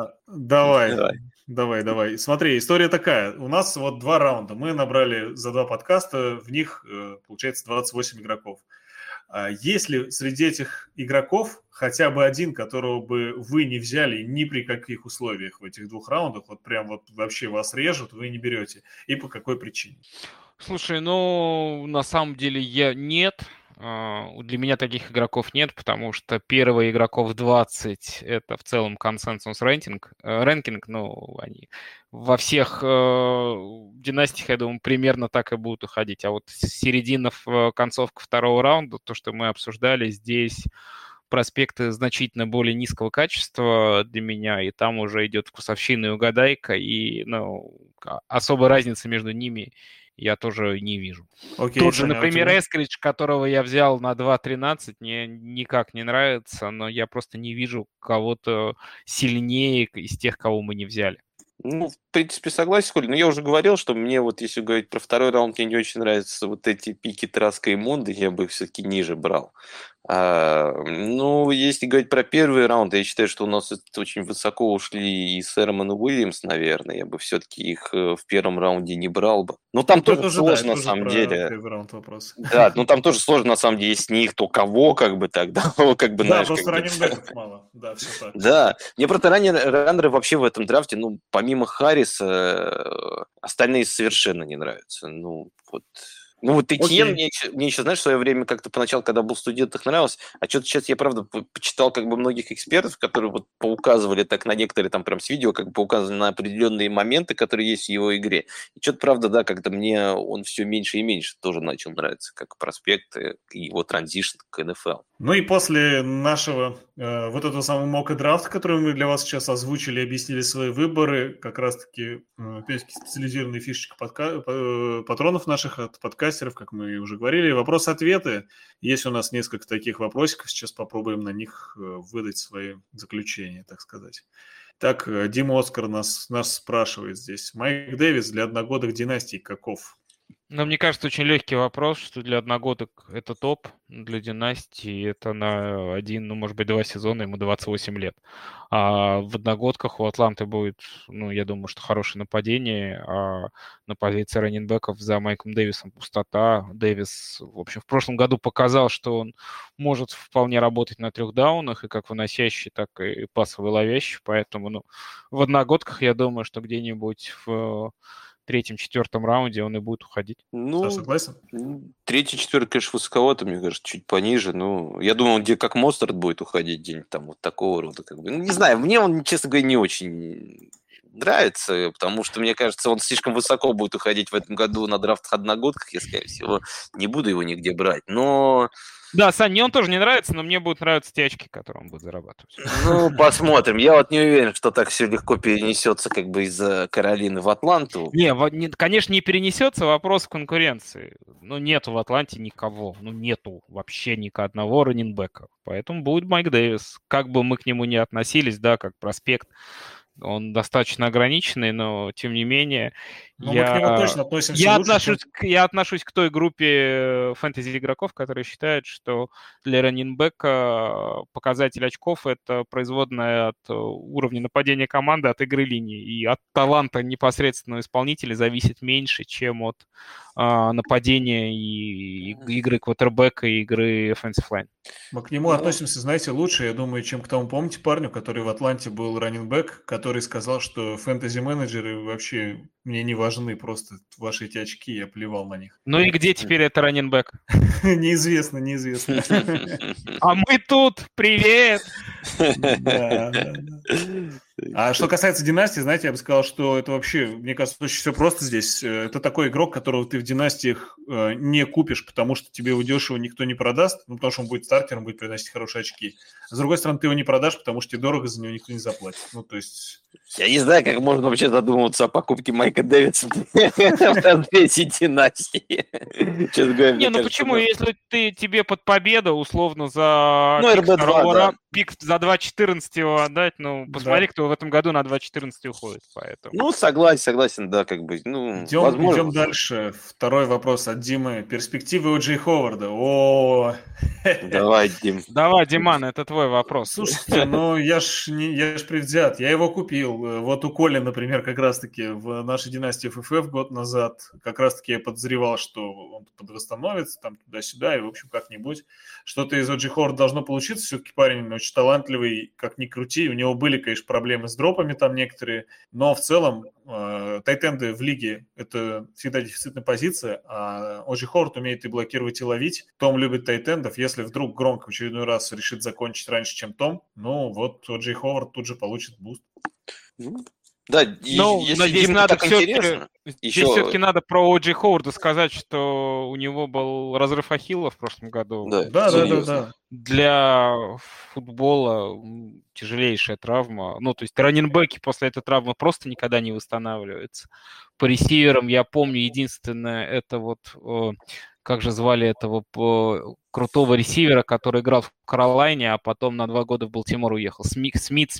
Давай. Смотри, история такая. У нас вот 2 раунда. Мы набрали за 2 подкаста, в них, получается, 28 игроков. Есть ли среди этих игроков хотя бы один, которого бы вы не взяли ни при каких условиях в этих 2 раундах, вот прям вот вообще вас режут, вы не берете? И по какой причине? Слушай, ну, на самом деле нет. Для меня таких игроков нет, потому что первые игроков 20 – это в целом консенсус рэнкинг, но они во всех династиях, я думаю, примерно так и будут уходить. А вот середина, концовка второго раунда, то, что мы обсуждали, здесь проспекты значительно более низкого качества для меня, и там уже идет вкусовщина и угадайка, и особой разницы между ними я тоже не вижу. Тот же, например, Эскридж, которого я взял на 2.13, мне никак не нравится, но я просто не вижу кого-то сильнее из тех, кого мы не взяли. Ну, в принципе, согласен, Коль. Но я уже говорил, что мне вот, если говорить про второй раунд, мне не очень нравятся вот эти пики Траска и Монды, я бы их все-таки ниже брал. Ну, если говорить про первый раунд, я считаю, что у нас очень высоко ушли и Сэрмон, и Уильямс, наверное. Я бы все-таки их в первом раунде не брал бы. Но там тоже сложно, на самом деле. Первый раунд вопрос. Да, ну там тоже сложно, на самом деле, если не их, то кого, как бы тогда, как бы, знаешь. Да, просто раннинбэков мало. Да, все так. Да, мне просто раннеры вообще в этом драфте, ну, помимо Харриса, остальные совершенно не нравятся. Ну, вот Этьен мне еще, знаешь, в свое время как-то поначалу, когда был студентом, нравился, а что-то сейчас я, правда, почитал как бы многих экспертов, которые вот поуказывали так на некоторые там прям с видео, как бы поуказывали на определенные моменты, которые есть в его игре. И что-то, правда, да, как-то мне он все меньше и меньше тоже начал нравиться, как проспект и его транзишн к НФЛ. Ну и после нашего вот этого самого мока-драфта, который мы для вас сейчас озвучили, объяснили свои выборы, как раз-таки, опять-таки, специализированная фишечка патронов наших от подкастеров, как мы уже говорили. Вопросы-ответы. Есть у нас несколько таких вопросиков, сейчас попробуем на них выдать свои заключения, так сказать. Так, Дима Оскар нас спрашивает здесь. Майк Дэвис для одногодок династии каков? Но мне кажется, очень легкий вопрос, что для одногодок это топ, для династии это на 1, может быть, 2 сезона, ему 28 лет. А в одногодках у Атланты будет, я думаю, что хорошее нападение, а на позиции раннинбеков за Майком Дэвисом пустота. Дэвис, в общем, в прошлом году показал, что он может вполне работать на 3 даунах, и как выносящий, так и пасовый ловящий, поэтому, в одногодках я думаю, что где-нибудь в 3-4 раунде он и будет уходить. Согласен? 3-4, конечно, высоковато, мне кажется, чуть пониже. Я думал, где как Мостард будет уходить, где-нибудь там вот такого рода. Не знаю, мне он, честно говоря, не очень нравится, потому что, мне кажется, он слишком высоко будет уходить в этом году на драфтах одногодках. Я, скорее всего, не буду его нигде брать. Но... Да, Сань, мне он тоже не нравится, но мне будут нравиться те очки, которые он будет зарабатывать. Посмотрим. Я вот не уверен, что так все легко перенесется из Каролины в Атланту. Конечно, не перенесется, вопрос в конкуренции. Нету в Атланте никого. Нету вообще ни одного раннинбека. Поэтому будет Майк Дэвис. Как бы мы к нему ни относились, да, как проспект, он достаточно ограниченный, но тем не менее... Мы к нему точно относимся Я отношусь к той группе фэнтези-игроков, которые считают, что для раннинбека показатель очков — это производная от уровня нападения команды, от игры линии. И от таланта непосредственного исполнителя зависит меньше, чем от нападения и игры квотербека, и игры offensive line. Мы к нему относимся, знаете, лучше, я думаю, чем к тому, помните, парню, который в Атланте был раннинбэк, который сказал, что фэнтези-менеджеры вообще мне не важны, просто ваши эти очки, я плевал на них. И где теперь это раннинбэк? Неизвестно. А мы тут, привет! Да. А что касается династии, знаете, я бы сказал, что это вообще, мне кажется, очень все просто здесь. Это такой игрок, которого ты в династиях не купишь, потому что тебе его дешево никто не продаст, потому что он будет стартером, будет приносить хорошие очки. А с другой стороны, ты его не продашь, потому что тебе дорого за него никто не заплатит. То есть... Я не знаю, как можно вообще задумываться о покупке Майка Дэвиса в развитии династии. Почему? Если тебе под победу, условно, за пик за 2.14 его отдать, посмотри, кто в этом году на 2.14 уходит. Поэтому. Согласен, да, Идем дальше. Второй вопрос от Димы. Перспективы О.Джей Ховарда. Давай, Дим. Давай, Диман, это твой вопрос. Слушайте, я ж предвзят. Я его купил. Вот у Коли, например, как раз-таки в нашей династии ФФФ год назад, как раз-таки я подозревал, что он подвосстановится там туда-сюда, и, в общем, как-нибудь что-то из О.Джей Ховарда должно получиться. Все-таки парень очень талантливый, как ни крути. У него были, конечно, проблемы с дропами там некоторые, но в целом тайтенды в лиге – это всегда дефицитная позиция, а О.Джей Ховард умеет и блокировать, и ловить. Том любит тайтендов. Если вдруг Гронк в очередной раз решит закончить раньше, чем Том, О.Джей Ховард тут же получит буст. Да, если здесь надо все-таки надо про О.Джей Ховарда сказать, что у него был разрыв ахилла в прошлом году. Да. Для футбола тяжелейшая травма. То есть раннинбеки после этой травмы просто никогда не восстанавливаются. По ресиверам я помню единственное, это как же звали этого крутого ресивера, который играл в Каролайне, а потом на 2 года в Балтимор уехал. Стив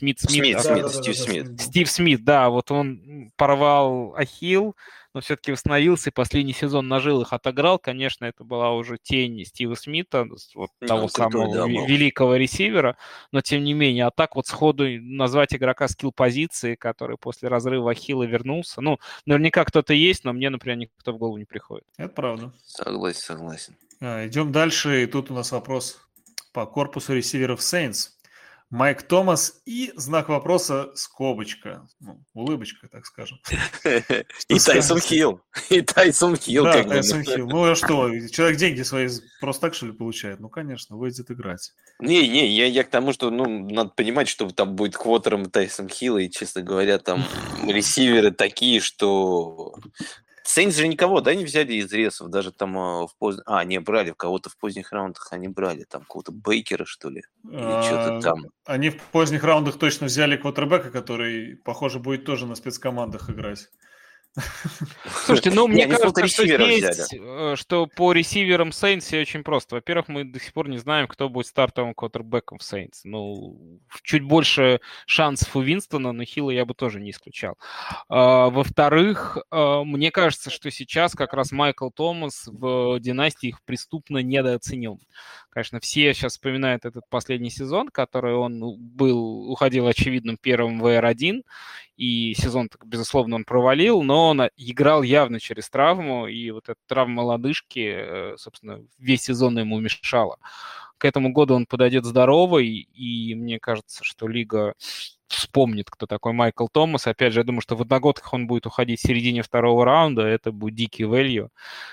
Смит, да, вот он порвал ахилл, но все-таки восстановился, и последний сезон на жилах отыграл. Конечно, это была уже тень Стива Смита, того самого великого ресивера, но тем не менее, а так сходу назвать игрока скилл-позиции, который после разрыва ахилла вернулся, наверняка кто-то есть, но мне, например, никто в голову не приходит. Это правда. Согласен. Идем дальше, и тут у нас вопрос по корпусу ресиверов Saints. Майк Томас и знак вопроса скобочка. Улыбочка, так скажем. И Тайсон Хилл. Да, Тайсон Хилл. А что, человек деньги свои просто так, что ли, получает? Конечно, выйдет играть. Я к тому, что надо понимать, что там будет квотером Тайсон Хилл, и, честно говоря, там ресиверы такие, что... Сейнс же никого, да, не взяли из ресов, даже там в поздних... не, брали кого-то в поздних раундах, они брали, там какого-то Бейкера, что ли, или что-то там. Они в поздних раундах точно взяли квотербека, который, похоже, будет тоже на спецкомандах играть. Слушайте, мне кажется, что здесь, что по ресиверам Saints все очень просто. Во-первых, мы до сих пор не знаем, кто будет стартовым квотербеком в Saints. Чуть больше шансов у Винстона, но Хилла я бы тоже не исключал. Во-вторых, мне кажется, что сейчас как раз Майкл Томас в династии их преступно недооценен. Конечно, все сейчас вспоминают этот последний сезон, который он уходил очевидным первым в VR1, и сезон, безусловно, он провалил, но он играл явно через травму, и вот эта травма лодыжки, собственно, весь сезон ему мешала. К этому году он подойдет здоровый, и мне кажется, что лига вспомнит, кто такой Майкл Томас. Опять же, я думаю, что в одногодках он будет уходить в середине второго раунда, это будет дикий value.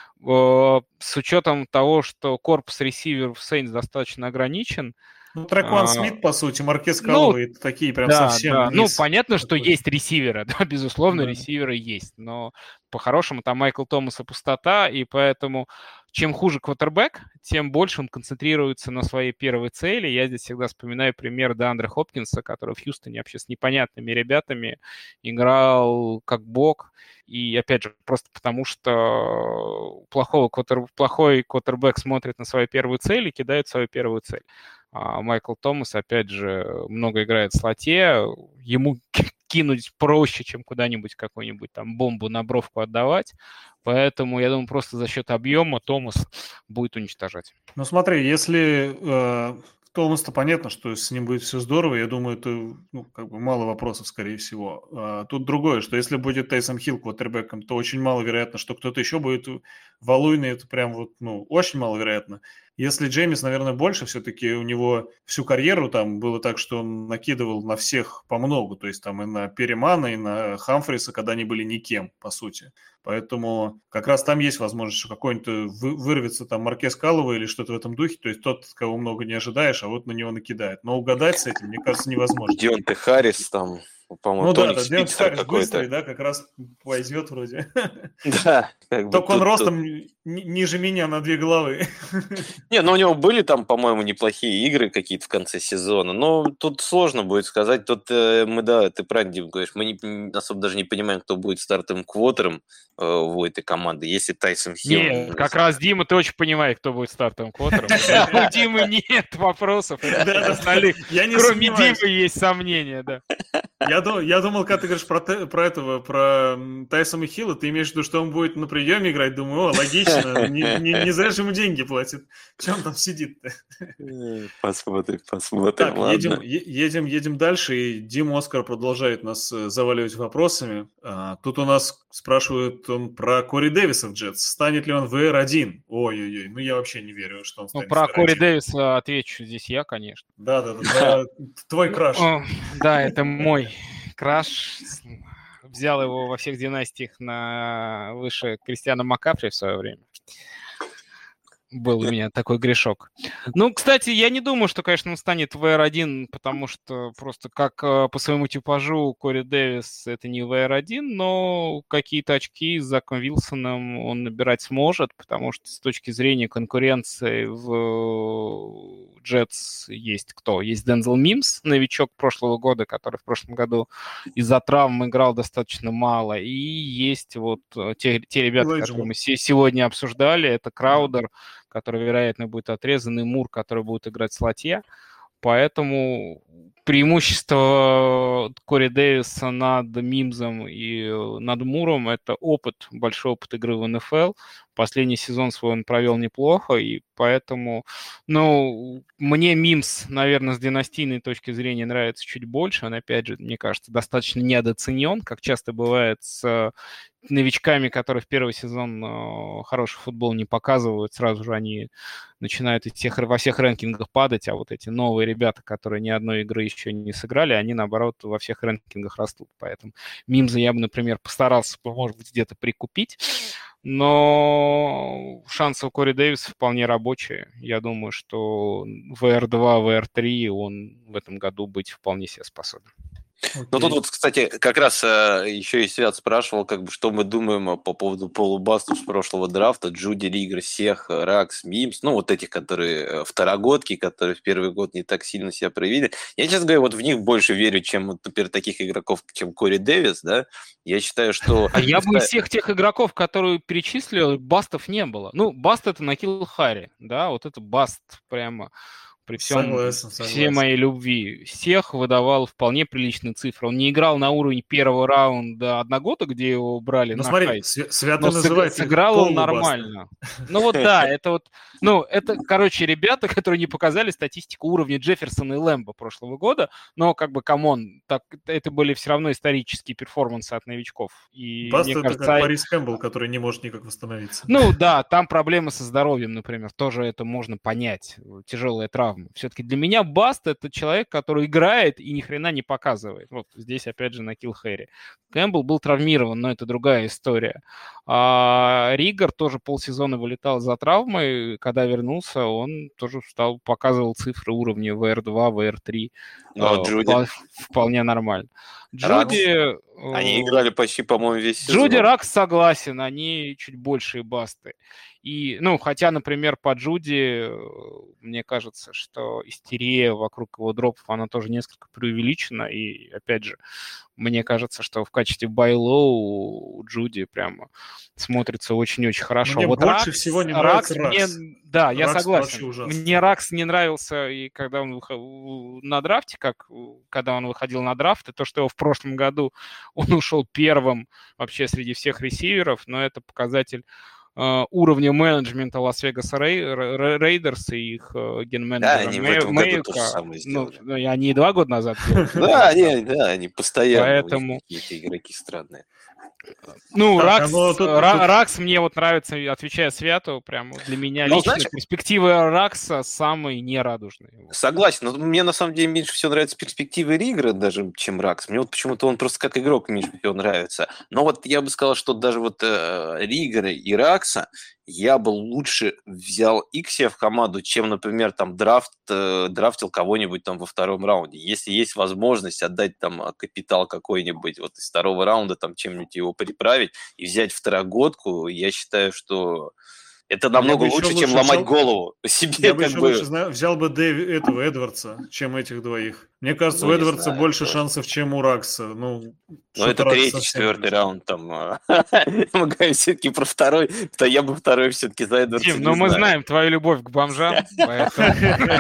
С учетом того, что корпус ресиверов Saints достаточно ограничен. Трекван Смит, по сути, Маркес Каллоуэй, такие прям совсем вниз. Понятно, что есть ресиверы, да, безусловно, ресиверы есть, но по-хорошему там Майкл Томаса пустота, и поэтому чем хуже квотербек, тем больше он концентрируется на своей первой цели. Я здесь всегда вспоминаю пример Деандре Хопкинса, который в Хьюстоне вообще с непонятными ребятами играл как бог. И, опять же, просто потому что плохой квотербек смотрит на свою первую цель и кидает свою первую цель. А Майкл Томас, опять же, много играет в слоте. Ему кинуть проще, чем куда-нибудь какую-нибудь там бомбу на бровку отдавать. Поэтому, я думаю, просто за счет объема Томас будет уничтожать. Смотри, если Томас-то понятно, что с ним будет все здорово, я думаю, это мало вопросов, скорее всего. Тут другое, что если будет Тайсон Хилл квотербеком, то очень маловероятно, что кто-то еще будет валуйный, это прям очень маловероятно. Если Джеймис, наверное, больше, все-таки у него всю карьеру там было так, что он накидывал на всех по многу, то есть там и на Перримана, и на Хамфриса, когда они были никем, по сути. Поэтому как раз там есть возможность, что какой-нибудь вырвется там Маркес Каллоуэй или что-то в этом духе, то есть тот, кого много не ожидаешь, а вот на него накидает. Но угадать с этим, мне кажется, невозможно. Деонте Харрис там, по-моему, Тони Деонте Харрис какой-то. быстрый, да, как раз пойдет вроде. Да. Только он ростом ниже меня на 2 головы. Не, у него были там, по-моему, неплохие игры какие-то в конце сезона, но тут сложно будет сказать. Тут ты правильно, Дим, говоришь, мы особо даже не понимаем, кто будет стартовым квотером у этой команды, если Тайсон Хилл... Нет, как раз, Дима, ты очень понимаешь, кто будет стартовым квотером. У Димы нет вопросов. Кроме Димы есть сомнения, да. Я думал, когда ты говоришь про Тайсона Хилла, ты имеешь в виду, что он будет на приеме играть. Думаю, логично, не зря же ему деньги платят. Че он там сидит-то? Посмотрим, так, ладно. Едем дальше, и Дима Оскар продолжает нас заваливать вопросами. Тут у нас спрашивают он про Кори Дэвиса в Джетс. Станет ли он VR1? Ой-ой-ой, я вообще не верю, что он станет про VR1. Кори Дэвиса отвечу здесь я, конечно. Да, твой краш. Да, это мой краш. Взял его во всех династиях выше Кристиана Маккафри в свое время. Был у меня такой грешок. Кстати, я не думаю, что, конечно, он станет VR1, потому что просто как по своему типажу Кори Дэвис это не VR1, но какие-то очки с Заком Вилсоном он набирать сможет, потому что с точки зрения конкуренции в Джетс есть кто? Есть Дензел Мимс, новичок прошлого года, который в прошлом году из-за травм играл достаточно мало, и есть те ребята, которые мы сегодня обсуждали, это Краудер, который, вероятно, будет отрезан, и Мур, который будет играть в слоте. Поэтому преимущество Кори Дэвиса над Мимзом и над Муром – это большой опыт игры в НФЛ. Последний сезон свой он провел неплохо, и поэтому, мне Мимс, наверное, с династийной точки зрения нравится чуть больше. Он, опять же, мне кажется, достаточно недооценен, как часто бывает с новичками, которые в первый сезон хороший футбол не показывают, сразу же они начинают во всех рэнкингах падать, а вот эти новые ребята, которые ни одной игры еще не сыграли, они, наоборот, во всех рэнкингах растут. Поэтому Мимза я бы, например, постарался, может быть, где-то прикупить, но шансы у Кори Дэвиса вполне рабочие. Я думаю, что VR2, VR3 он в этом году быть вполне себе способен. Ну, тут вот, кстати, как раз еще и Свят спрашивал, как бы, что мы думаем по поводу полубастов с прошлого драфта. Джуди, Ригер, Сех, Ракс, Мимс, ну, вот этих, которые второгодки, которые в первый год не так сильно себя проявили. Я, честно говоря, вот в них больше верю, чем, вот, например, таких игроков, чем Кори Дэвис, да. Я считаю, что... А я бы из всех тех игроков, которые перечислил, бастов не было. Ну, баст — это Накил Харри, да, вот это баст прямо... При всем всей моей любви. Всех выдавал вполне приличные цифры. Он не играл на уровень первого раунда одногода, где его брали на хайп. Свято называется. Сыграл он нормально. Ну вот да, это вот... Ну, это, короче, ребята, которые не показали статистику уровня Джефферсона и Лэмбо прошлого года, но как бы, камон, это были все равно исторические перформансы от новичков. И, баст — это кажется, как Парис Кэмпбелл, который не может никак восстановиться. Ну да, там проблемы со здоровьем, например, тоже это можно понять. Тяжелая травма. Все-таки для меня баст — это человек, который играет и ни хрена не показывает. Вот здесь опять же Накил Харри. Кэмпбелл был травмирован, но это другая история. А Ригер тоже полсезона вылетал за травмой. Когда вернулся, он тоже показывал цифры уровня VR2, VR3. Вполне нормально. Джуди... Они играли почти, по-моему, весь сезон. Джуди, Ракс, согласен, они чуть большие басты. И, ну, хотя, например, по Джуди, мне кажется, что истерия вокруг его дропов, она тоже несколько преувеличена. И, опять же, мне кажется, что в качестве buy-low у Джуди прямо смотрится очень-очень хорошо. Мне вот больше всего не нравится Ракс. Да, Ракс, я согласен. Мне Ракс не нравился, и когда он выходил на драфте, когда он выходил на драфт, и то, что его в прошлом году он ушел первым вообще среди всех ресиверов, но это показатель уровня менеджмента Лас-Вегаса Рейдерс и их ген-менеджера Мэйюка. Они 2 года назад сделали. Да, они постоянно. Поэтому... Какие-то игроки странные. Ну, Ракс мне вот нравится, отвечая Святу, прям для меня лично перспективы Ракса самые нерадужные. Согласен, но мне на самом деле меньше всего нравятся перспективы Ригера даже, чем Ракс. Мне вот почему-то он просто как игрок меньше всего нравится. Но вот я бы сказал, что даже вот Ригера и Ракса я бы лучше взял их себе в команду, чем, например, там драфтил кого-нибудь там во втором раунде. Если есть возможность отдать там капитал какой-нибудь вот из второго раунда, там чем-нибудь его приправить и взять второгодку, я считаю, что это намного лучше, чем ломать голову себе. Я бы еще лучше взял бы этого Эдвардса, чем этих двоих. Мне кажется, у Эдвардса больше шансов, чем у Ракса. Ну, это третий, четвертый раунд. Там мы все-таки про второй, то я бы второй все-таки за Эдвардса. Тим, но мы знаем твою любовь к бомжам, поэтому...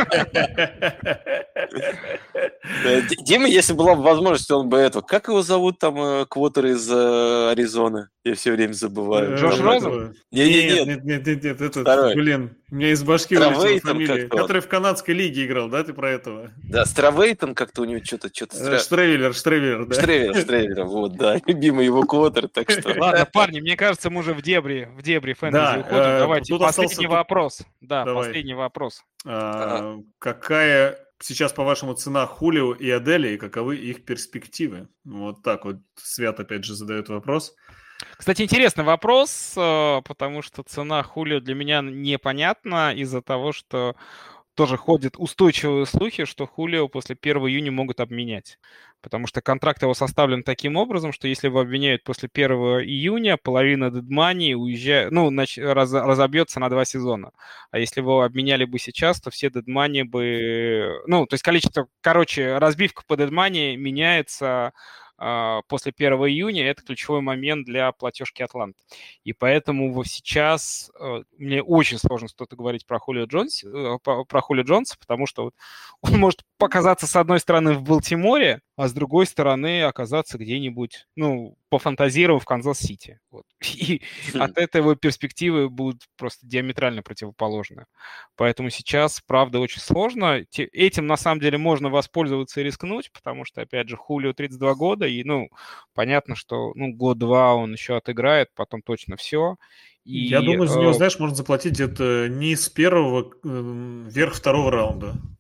Дима, если была бы возможность, он бы этого... Как его зовут там, квотер из Аризоны? Я все время забываю. Джош Розен? Нет, этот, блин, у меня из башки вылетела фамилия. Который в канадской лиге играл, да, ты про этого? Да, Стравейтон как-то у него что-то... Штревелер, да. Штревелер, вот, да, любимый его квотер, так что... Ладно, парни, мне кажется, мы уже в дебри фэнтези уходим. Давайте, последний вопрос. Да, последний вопрос. Какая... Сейчас, по-вашему, цена Хулио и Адели, и каковы их перспективы? Вот так вот Свят опять же задает вопрос. Кстати, интересный вопрос, потому что цена Хулио для меня непонятна из-за того, что тоже ходят устойчивые слухи, что Хулио после 1 июня могут обменять. Потому что контракт его составлен таким образом, что если его обменяют после 1 июня, половина дедмани разобьется на 2 сезона. А если его обменяли бы сейчас, то все дедмани бы... Ну, то есть разбивка по дедмани меняется после 1 июня. Это ключевой момент для платежки Атланты. И поэтому сейчас мне очень сложно что-то говорить про Хулио Джонса, потому что он может показаться, с одной стороны, в Балтиморе, а с другой стороны оказаться где-нибудь, пофантазировав в Канзас-Сити. Вот. И от этого перспективы будут просто диаметрально противоположны. Поэтому сейчас, правда, очень сложно. Этим, на самом деле, можно воспользоваться и рискнуть, потому что, опять же, Хулио 32 года, и, понятно, что, год-два он еще отыграет, потом точно все. И, я думаю, за него, знаешь, можно заплатить где-то не с первого, вверх второго раунда.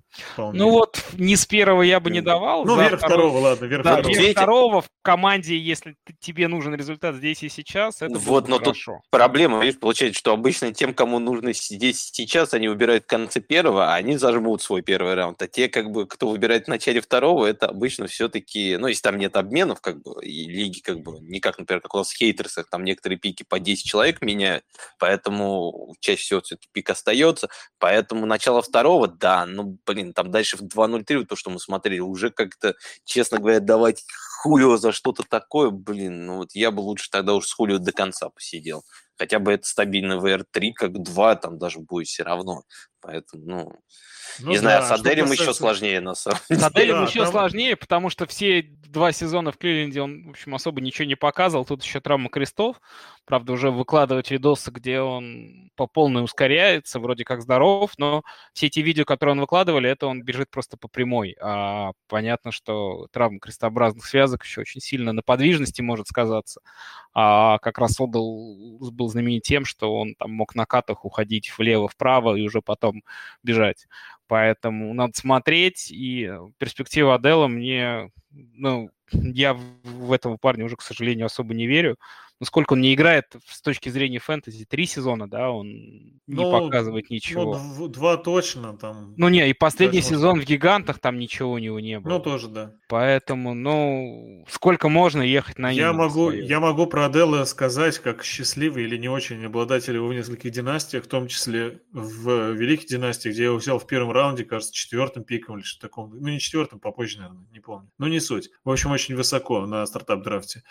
вполне. Ну вот, не с первого я бы не давал. Ну, верх второго, ладно, верх Да, второго. верх второго в команде, если тебе нужен результат здесь и сейчас, это Вот, было но тут хорошо. проблема, видишь, получается, что обычно тем, кому нужно здесь сейчас, они выбирают в конце первого, а они зажмут свой первый раунд. А те, как бы, кто выбирает в начале второго, это обычно все-таки, ну, если там нет обменов, как бы, и лиги, как бы, не как, например, как у нас в хейтерсах, там некоторые пики по 10 человек меняют, поэтому чаще всего все-таки пик остается. Поэтому начало второго, да, ну, блин, там дальше в 2.03, то, что мы смотрели, уже как-то, честно говоря, давать Хулио за что-то такое, блин, ну вот я бы лучше тогда уж с Хулио до конца посидел. Хотя бы это стабильно VR3, как 2, там даже будет все равно. Поэтому, ну не знаю, с Аделем еще сложнее, на самом деле. С Аделем еще сложнее, потому что все 2 сезона в Кливленде он, в общем, особо ничего не показывал. Тут еще травма крестов. Правда, уже выкладывать видосы, где он по полной ускоряется, вроде как здоров, но все эти видео, которые он выкладывали, это он бежит просто по прямой. А понятно, что травма крестообразных связок еще очень сильно на подвижности может сказаться. А как раз Одел был знаменит тем, что он там мог на катах уходить влево-вправо и уже потом бежать. Поэтому надо смотреть, и перспектива Адела мне, ну, я в этого парня уже, к сожалению, особо не верю. Но сколько он не играет с точки зрения фэнтези, 3 сезона, да, он не показывает ничего. Ну, 2 точно там. Ну, не, и последний сезон в Гигантах там ничего у него не было. Ну, тоже, да. Поэтому, ну, сколько можно ехать на я могу про Адела сказать, как счастливый или не очень обладатель его в нескольких династиях, в том числе в Великой династии, где я его взял в первом раунде, кажется, 4-м пиком или что-то такое. Ну, не 4-м, попозже, наверное, не помню. Но не суть. В общем, очень высоко на стартап-драфте.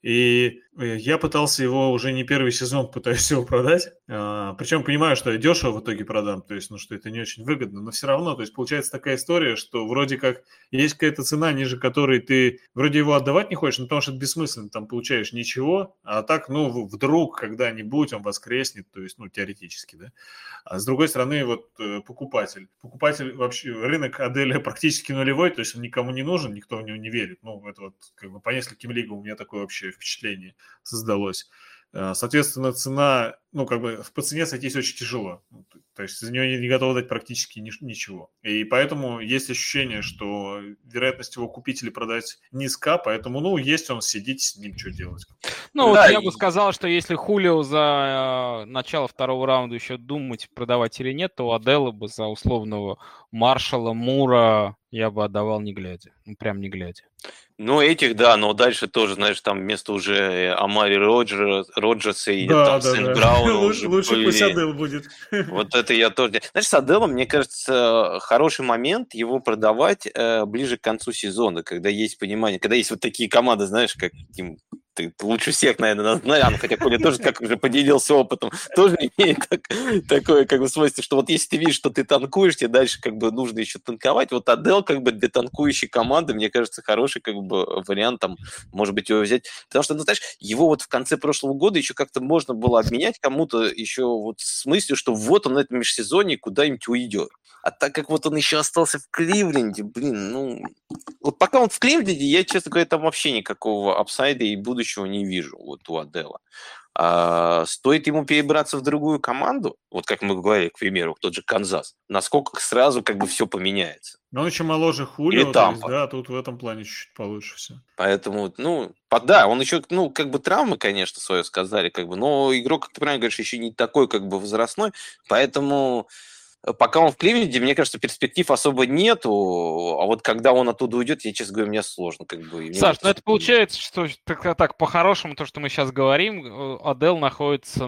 И я пытался его уже не первый сезон, пытаюсь его продать. Причем понимаю, что я дешево в итоге продам, то есть, ну, что это не очень выгодно, но все равно, то есть, получается такая история, что вроде как есть какая-то цена, ниже которой ты вроде его отдавать не хочешь, но потому что это бессмысленно, там получаешь ничего, а так, ну, вдруг когда-нибудь он воскреснет, то есть, ну, теоретически, да. А с другой стороны, вот покупатель вообще, рынок Аделя практически нулевой, то есть он никому не нужен, никто в него не верит, ну, это вот как бы по нескольким лигам у меня такое вообще впечатление создалось. Соответственно, цена, ну, как бы по цене сойтись очень тяжело. То есть за нее не готовы дать практически ничего. И поэтому есть ощущение, что вероятность его купить или продать низка, поэтому, ну, есть он, сидите с ним, что делать. Ну, да, вот я бы сказал, что если Хулио за начало второго раунда еще думать, продавать или нет, то Адела бы за условного Маршала, Мура я бы отдавал не глядя. Ну, прям не глядя. Ну, этих, да, но дальше тоже, знаешь, там вместо уже Амари Роджерса и там Сент-Брауна. Лучше пусть Адел будет. Вот это я тоже... Знаешь, с Аделом, мне кажется, хороший момент его продавать ближе к концу сезона, когда есть понимание, когда есть вот такие команды, знаешь, как ты лучше всех, наверное, знаешь, хотя Коля тоже, как уже поделился опытом, тоже имеет такое, как бы, свойство, что вот если ты видишь, что ты танкуешь, тебе дальше, как бы, нужно еще танковать. Вот Адел, как бы, для танкующей команды, мне кажется, хороший, как бы, вариант, там, может быть, его взять. Потому что, ну, знаешь, его вот в конце прошлого года еще как-то можно было обменять кому-то еще вот с мыслью, что вот он на этом межсезонье куда-нибудь уйдет. А так как вот он еще остался в Кливленде, блин, ну... Вот пока он в Кливленде, я, честно говоря, там вообще никакого апсайда и будущего не вижу вот у Адела. Стоит ему перебраться в другую команду, вот как мы говорили, к примеру, тот же Канзас, насколько сразу как бы все поменяется. Но он еще моложе Хулио, то есть, да, тут в этом плане чуть-чуть получше все. Поэтому, ну, да, он еще, ну, как бы травмы, конечно, свое сказали, как бы, но игрок, как ты правильно говоришь, еще не такой, как бы, возрастной, поэтому... Пока он в Кливленде, мне кажется, перспектив особо нету, а вот когда он оттуда уйдет, я, честно говоря, мне сложно. Как бы, Саш, ну это получается, что так по-хорошему, то, что мы сейчас говорим, Адел находится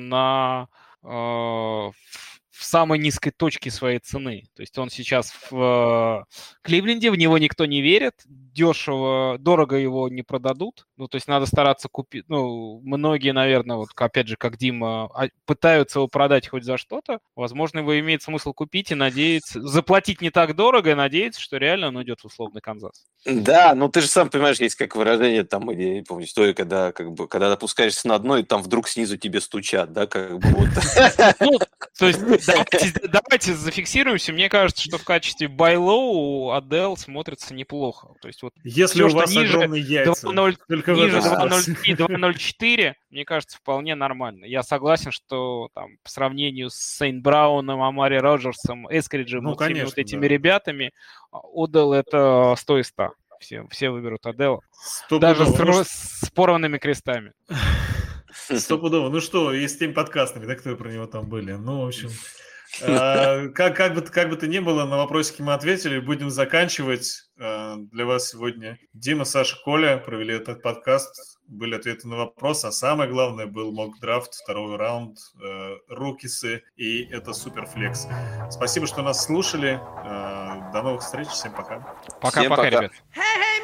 в самой низкой точке своей цены. То есть он сейчас в Кливленде, в него никто не верит, дорого его не продадут. Ну, то есть надо стараться купить. Ну, многие, наверное, вот опять же, как Дима, пытаются его продать хоть за что-то. Возможно, его имеет смысл купить и надеяться, заплатить не так дорого и надеяться, что реально он уйдет в условный Канзас. Да, ну ты же сам понимаешь, есть как выражение там, или, не помню, история, когда опускаешься на дно, и там вдруг снизу тебе стучат, да, как бы вот. Ну, то есть, Давайте зафиксируемся. Мне кажется, что в качестве buy-low Адел смотрится неплохо. То есть вот если все, у что вас ниже огромные яйца, 2.0, только в ниже этом смысле. 2.03, 2.04, мне кажется, вполне нормально. Я согласен, что там по сравнению с Сейнт Брауном, Амари Роджерсом, Эскриджем, Ну, вот всеми конечно, вот этими да. ребятами, Одел это 100 из 100. Все выберут Адела. Стопудово. Даже с порванными крестами. Стопудово. Ну что, и с теми подкастами, да, которые про него там были. Ну, в общем, как бы то ни было, на вопросики мы ответили. Будем заканчивать. Для вас сегодня Дима, Саша, Коля провели этот подкаст. Были ответы на вопрос, а самое главное был мок-драфт, второй раунд, рукисы, и это суперфлекс. Спасибо, что нас слушали. До новых встреч. Всем пока. Пока-пока, ребят. Hey, hey,